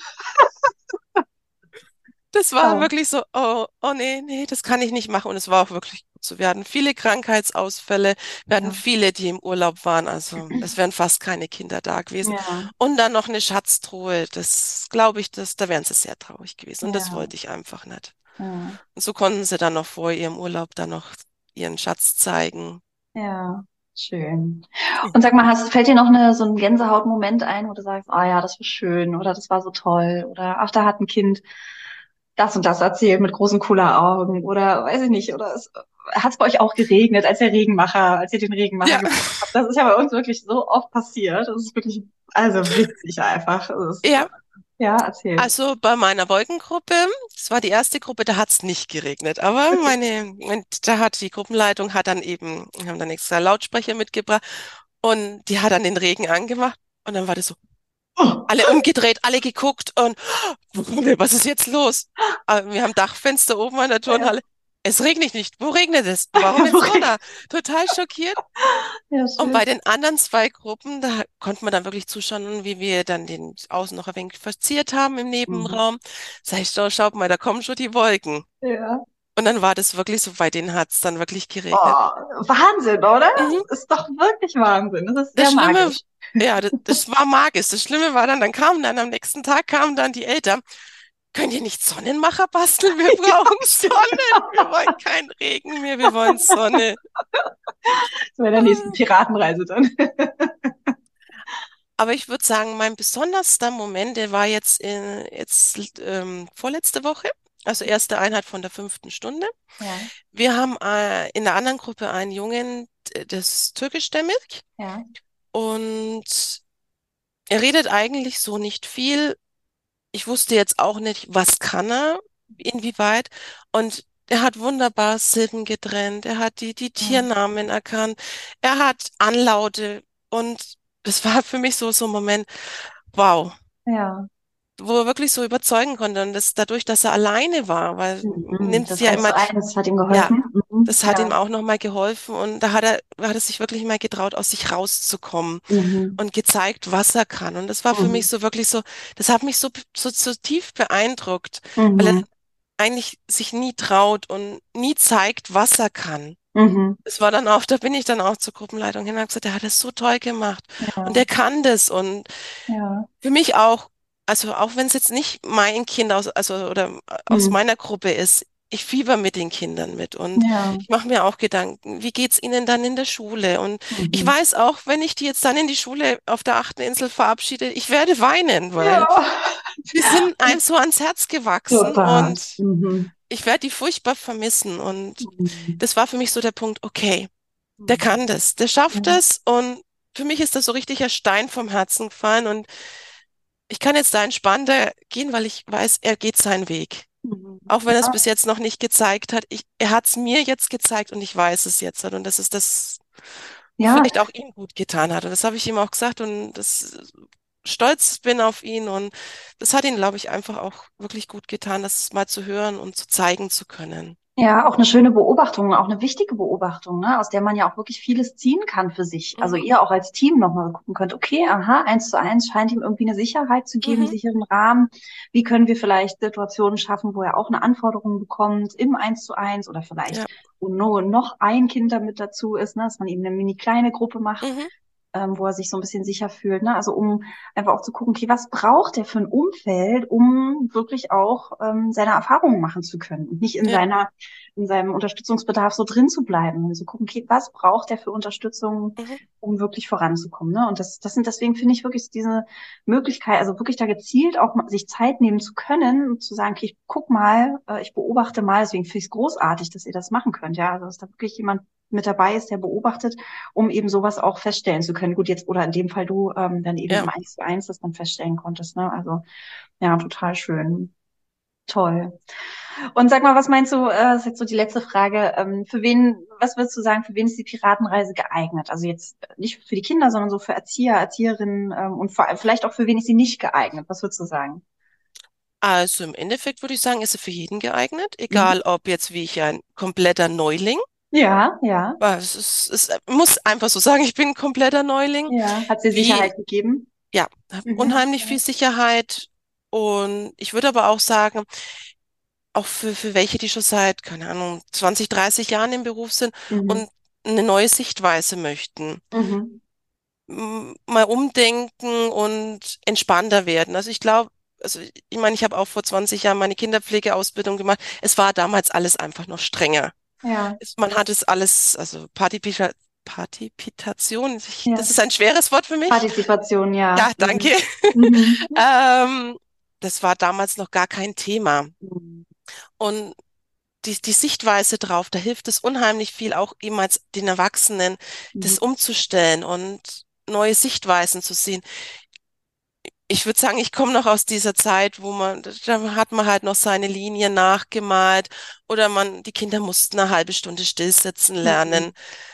Das war Oh. wirklich so, oh, oh nee, nee, das kann ich nicht machen. Und es war auch wirklich gut so. Wir hatten viele Krankheitsausfälle, wir hatten Ja. viele, die im Urlaub waren. Also es wären fast keine Kinder da gewesen. Ja. Und dann noch eine Schatztruhe. Das glaube ich, das, da wären sie sehr traurig gewesen. Und das Ja. wollte ich einfach nicht. Ja. Und so konnten sie dann noch vor ihrem Urlaub dann noch ihren Schatz zeigen. Ja. Schön. Und sag mal, hast, fällt dir noch eine, so ein Gänsehautmoment ein, wo du sagst, ah ja, das war schön oder das war so toll oder ach, da hat ein Kind das und das erzählt mit großen cooler Augen oder weiß ich nicht, oder es, hat es bei euch auch geregnet, als der Regenmacher, als ihr den Regenmacher Ja, gefunden habt? Das ist ja bei uns wirklich so oft passiert. Das ist wirklich, also witzig einfach. Das ist, ja. ja, erzählt. Also bei meiner Wolkengruppe, das war die erste Gruppe, da hat es nicht geregnet. Aber meine, und da hat die Gruppenleitung hat dann eben, wir haben dann extra Lautsprecher mitgebracht und die hat dann den Regen angemacht und dann war das so, Oh, alle umgedreht, alle geguckt und was ist jetzt los? Aber wir haben Dachfenster oben an der ja. Turnhalle. Es regnet nicht. Wo regnet es? Warum Wo jetzt regnet- Donner? Total schockiert. Ja, Und bei schön. den anderen zwei Gruppen, da konnte man dann wirklich zuschauen, wie wir dann den Außen noch ein wenig verziert haben im Mhm. Nebenraum. Sag ich, so, schaut mal, da kommen schon die Wolken. Ja. Und dann war das wirklich so, bei denen hat es dann wirklich geregnet. Oh, Wahnsinn, oder? Mhm. Das ist doch wirklich Wahnsinn. Das ist Das sehr Schlimme, magisch. ja, das, das war magisch. Das Schlimme war dann, dann kamen dann am nächsten Tag kamen dann die Eltern. Könnt ihr nicht Sonnenmacher basteln? Wir Ja, brauchen stimmt. Sonne. Wir wollen keinen Regen mehr. Wir wollen Sonne. Bei der nächsten Piratenreise dann. Aber ich würde sagen, mein besonderster Moment, der war jetzt, in, jetzt ähm, vorletzte Woche, also erste Einheit von der fünften Stunde. Ja, Wir haben äh, in der anderen Gruppe einen Jungen, d- das ist türkischstämmig ja, und er redet eigentlich so nicht viel. Ich wusste jetzt auch nicht, was kann er, inwieweit. Und er hat wunderbar Silben getrennt, er hat die, die ja, Tiernamen erkannt, er hat Anlaute und das war für mich so, so ein Moment, wow, ja. wo er wirklich so überzeugen konnte. Und das dadurch, dass er alleine war, weil Mhm. nimmst Das ja eins immer, zu eins hat ihm ja, geholfen. Mhm. das hat ihm Ja. auch nochmal geholfen und da hat er, hat er sich wirklich mal getraut, aus sich rauszukommen Mhm. und gezeigt, was er kann. Und das war für mich Mhm. so wirklich so, das hat mich so, so, so tief beeindruckt, weil er Mhm. eigentlich sich nie traut und nie zeigt, was er kann. Mhm. Es war dann auch, da bin ich dann auch zur Gruppenleitung hin und habe gesagt, er hat das so toll gemacht und Ja, er kann das. Und ja. für mich auch, also auch wenn es jetzt nicht mein Kind aus, also oder aus Mhm. meiner Gruppe ist, ich fieber mit den Kindern mit und Ja. ich mache mir auch Gedanken, wie geht's ihnen dann in der Schule? Und ich Mhm. weiß auch, wenn ich die jetzt dann in die Schule auf der achten Insel verabschiede, ich werde weinen, weil Ja. die sind einem so ans Herz gewachsen Total. und Mhm. ich werde die furchtbar vermissen. Und Mhm. das war für mich so der Punkt, okay, der Mhm. kann das, der schafft Ja. es und für mich ist das so richtig ein Stein vom Herzen gefallen und ich kann jetzt da entspannter gehen, weil ich weiß, er geht seinen Weg. Mhm. Auch wenn er es Ja. bis jetzt noch nicht gezeigt hat. Ich, er hat es mir jetzt gezeigt und ich weiß es jetzt. Und das ist das, wo Ja, vielleicht auch ihm gut getan hat. Und das habe ich ihm auch gesagt und das stolz bin auf ihn. Und das hat ihn, glaube ich, einfach auch wirklich gut getan, das mal zu hören und zu zeigen zu können. ja, auch eine schöne Beobachtung, auch eine wichtige Beobachtung, ne, aus der man ja auch wirklich vieles ziehen kann für sich. Also Mhm. ihr auch als Team nochmal gucken könnt, okay, aha, eins zu eins scheint ihm irgendwie eine Sicherheit zu geben, einen Mhm. sicheren Rahmen. Wie können wir vielleicht Situationen schaffen, wo er auch eine Anforderung bekommt im eins zu eins oder vielleicht, Ja. wo nur noch ein Kind damit dazu ist, ne, dass man eben eine mini kleine Gruppe macht, Mhm. ähm, wo er sich so ein bisschen sicher fühlt. Ne? Also um einfach auch zu gucken, okay, was braucht er für ein Umfeld, um wirklich auch ähm, seine Erfahrungen machen zu können und nicht in Ja. seiner, in seinem Unterstützungsbedarf so drin zu bleiben. Also gucken, okay, was braucht er für Unterstützung, Mhm. um wirklich voranzukommen. Ne? Und das, das sind deswegen finde ich wirklich diese Möglichkeit, also wirklich da gezielt auch mal sich Zeit nehmen zu können und zu sagen, okay, ich guck mal, äh, ich beobachte mal, deswegen finde ich es großartig, dass ihr das machen könnt. Ja, also dass da wirklich jemand mit dabei ist, der beobachtet, um eben sowas auch feststellen zu können. Gut, jetzt, oder in dem Fall du ähm, dann eben Ja. im Eins zu eins das dann feststellen konntest. Ne? Also ja, total schön. Toll. Und sag mal, was meinst du, äh, das ist jetzt so die letzte Frage, ähm, für wen, was würdest du sagen, für wen ist die Piratenreise geeignet? Also jetzt nicht für die Kinder, sondern so für Erzieher, Erzieherinnen ähm, und vor allem vielleicht auch für wen ist sie nicht geeignet? Was würdest du sagen? Also im Endeffekt würde ich sagen, ist er für jeden geeignet, Mhm. egal ob jetzt wie ich ein kompletter Neuling. Ja, ja, Aber Es ist, es muss einfach so sagen, ich bin ein kompletter Neuling. ja. Hat sie Wie, Sicherheit gegeben? ja, hab Mhm. unheimlich viel Sicherheit. Und ich würde aber auch sagen, auch für, für welche, die schon seit, keine Ahnung, zwanzig, dreißig Jahren im Beruf sind Mhm. und eine neue Sichtweise möchten, Mhm. m- mal umdenken und entspannter werden. Also ich glaube, also ich meine, ich habe auch vor zwanzig Jahren meine Kinderpflegeausbildung gemacht. Es war damals alles einfach noch strenger. Ja, Es, man hat es alles, also Partipita Partipitation, ich, ja. das ist ein schweres Wort für mich. Partizipation, ja. Ja, Mhm. danke. Mhm. Ähm, das war damals noch gar kein Thema. Mhm. Und die, die Sichtweise drauf, da hilft es unheimlich viel, auch eben als den Erwachsenen, Mhm. das umzustellen und neue Sichtweisen zu sehen. Ich würde sagen, ich komme noch aus dieser Zeit, wo man, da hat man halt noch seine Linien nachgemalt oder man, die Kinder mussten eine halbe Stunde stillsitzen Mhm. lernen.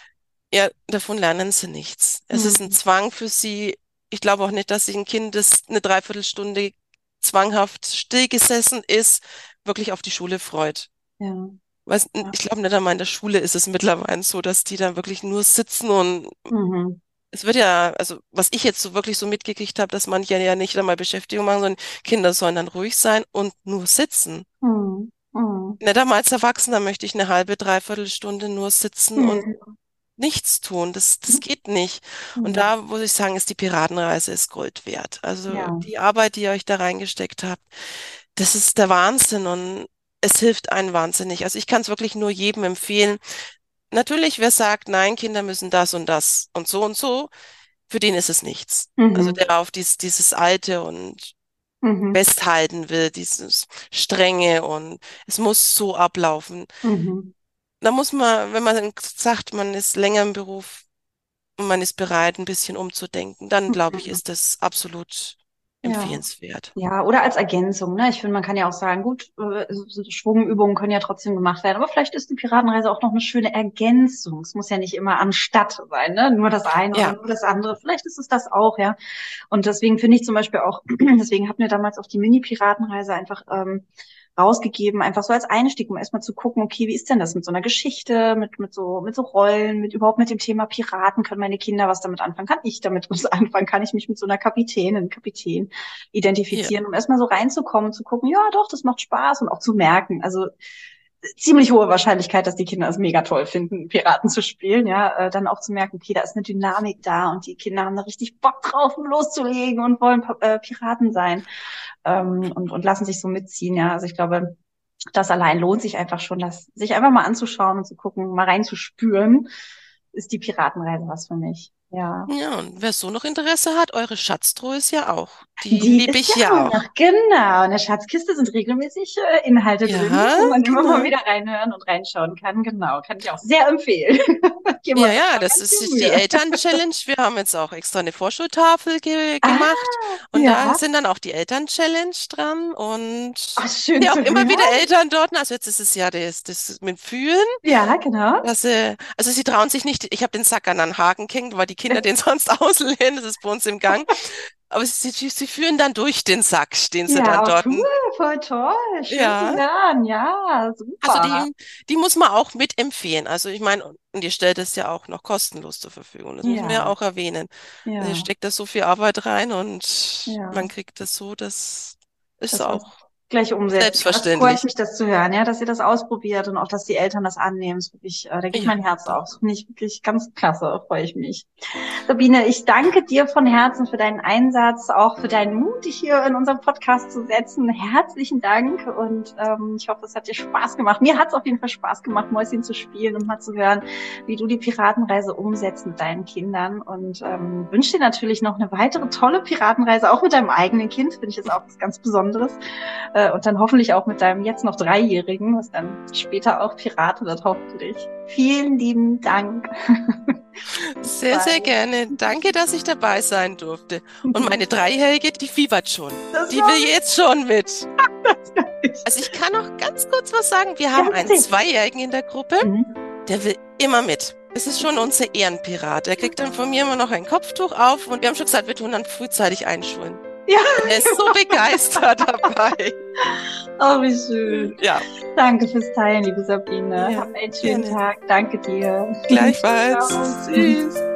Ja, davon lernen sie nichts. Es ist ein Mhm. Zwang für sie. Ich glaube auch nicht, dass sich ein Kind, das eine Dreiviertelstunde zwanghaft stillgesessen ist, wirklich auf die Schule freut. Ja, Weiß, ja. ich glaube nicht einmal in der Schule ist es mittlerweile so, dass die dann wirklich nur sitzen und Mhm. es wird ja, also was ich jetzt so wirklich so mitgekriegt habe, dass manche ja nicht einmal Beschäftigung machen, sondern Kinder sollen dann ruhig sein und nur sitzen. Mhm. Mhm. Nicht einmal als Erwachsener möchte ich eine halbe, dreiviertel Stunde nur sitzen und Mhm. nichts tun. Das, das geht nicht. Und Mhm. da muss ich sagen, ist die Piratenreise ist Gold wert. Also Ja, die Arbeit, die ihr euch da reingesteckt habt, das ist der Wahnsinn und es hilft einem wahnsinnig. Also ich kann es wirklich nur jedem empfehlen. Natürlich, wer sagt, nein, Kinder müssen das und das und so und so, für den ist es nichts. Also mhm. der auf dies, dieses Alte und Mhm. festhalten will, dieses Strenge und es muss so ablaufen. Mhm. Da muss man, wenn man sagt, man ist länger im Beruf und man ist bereit, ein bisschen umzudenken, dann glaube ich, Mhm. ist das absolut Ja. empfehlenswert. Ja, oder als Ergänzung, ne? Ich finde, man kann ja auch sagen, gut, äh, so so Schwungübungen können ja trotzdem gemacht werden, aber vielleicht ist die Piratenreise auch noch eine schöne Ergänzung. Es muss ja nicht immer anstatt sein, ne? Nur das eine oder Ja, nur das andere. Vielleicht ist es das auch, ja. Und deswegen finde ich zum Beispiel auch, deswegen hatten wir damals auch die Mini-Piratenreise einfach ähm, rausgegeben, einfach so als Einstieg, um erstmal zu gucken, okay, wie ist denn das mit so einer Geschichte, mit, mit so, mit so Rollen, mit überhaupt mit dem Thema Piraten, können meine Kinder was damit anfangen? Kann ich damit was anfangen? Kann ich mich mit so einer Kapitänin, Kapitän ja, identifizieren, um erstmal so reinzukommen, zu gucken, ja, doch, das macht Spaß und auch zu merken. Also ziemlich hohe Wahrscheinlichkeit, dass die Kinder es mega toll finden, Piraten zu spielen, ja, äh, dann auch zu merken, okay, da ist eine Dynamik da und die Kinder haben da richtig Bock drauf, um loszulegen und wollen äh, Piraten sein, ähm, und, und lassen sich so mitziehen, ja. Also ich glaube, das allein lohnt sich einfach schon, das sich einfach mal anzuschauen und zu gucken, mal reinzuspüren, ist die Piratenreise was für mich. Ja. Ja, und wer so noch Interesse hat, eure Schatztruhe ist ja auch. Die Die liebe ist ich ja ja auch auch. noch, genau. In der Schatzkiste sind regelmäßig äh, Inhalte drin, Ja, wo man immer mal genau. wieder reinhören und reinschauen kann. Genau, kann ich auch sehr empfehlen. Geben wir Ja, uns ja, mal das ganz viel ist die Mühe. Eltern-Challenge. Wir haben jetzt auch extra eine Vorschultafel ge Ah, gemacht und da ja. sind dann auch die Eltern-Challenge dran und Ach, schön ja, auch zu immer wieder hören. Eltern dort. Also jetzt ist es ja das, das mit Fühlen. Ja, genau. Dass sie, also sie trauen sich nicht, ich habe den Sack an einen Haken gehängt, weil die Kinder den sonst auslehnen, das ist bei uns im Gang. Aber sie, sie, sie führen dann durch den Sack, stehen sie Ja, dann aber dort. cool, voll toll. Schön zu Ja, hören. Ja, also super. die, die muss man auch mitempfehlen. Also ich meine, und ihr stellt es ja auch noch kostenlos zur Verfügung. Das muss man ja Ja, auch erwähnen. Ihr ja, steckt da so viel Arbeit rein und man ja. kriegt das so, das ist Dass wir es auch gleich umsetzen können. Das freut selbstverständlich. mich, das zu hören, ja, dass ihr das ausprobiert und auch, dass die Eltern das annehmen. Das ist wirklich, äh, da geht Ja, mein Herz auf. Das doch. finde ich wirklich ganz klasse, freue ich mich. Sabine, ich danke dir von Herzen für deinen Einsatz, auch für deinen Mut, dich hier in unserem Podcast zu setzen. Herzlichen Dank und ähm, ich hoffe, es hat dir Spaß gemacht. Mir hat es auf jeden Fall Spaß gemacht, Mäuschen zu spielen und mal zu hören, wie du die Piratenreise umsetzt mit deinen Kindern und ähm, wünsche dir natürlich noch eine weitere tolle Piratenreise, auch mit deinem eigenen Kind, finde ich jetzt auch was ganz Besonderes. Äh, und dann hoffentlich auch mit deinem jetzt noch Dreijährigen, was dann später auch Pirat wird, hoffentlich. Vielen lieben Dank. Sehr, sehr gerne. Danke, dass ich dabei sein durfte. Und meine Dreijährige, die fiebert schon. Das Die war will jetzt schon mit. ich. Also ich kann noch ganz kurz was sagen. Wir haben einen erzähl. Zweijährigen in der Gruppe, Mhm. der will immer mit. Es ist schon unser Ehrenpirat. Der kriegt dann von mir immer noch ein Kopftuch auf und wir haben schon gesagt, wir tun dann frühzeitig einschulen. Ja. Er ist so begeistert dabei. Oh, wie schön. Ja, Danke fürs Teilen, liebe Sabine. Ja, Hab einen schönen gerne. Tag. Danke dir. gleichfalls. Ciao. Tschüss.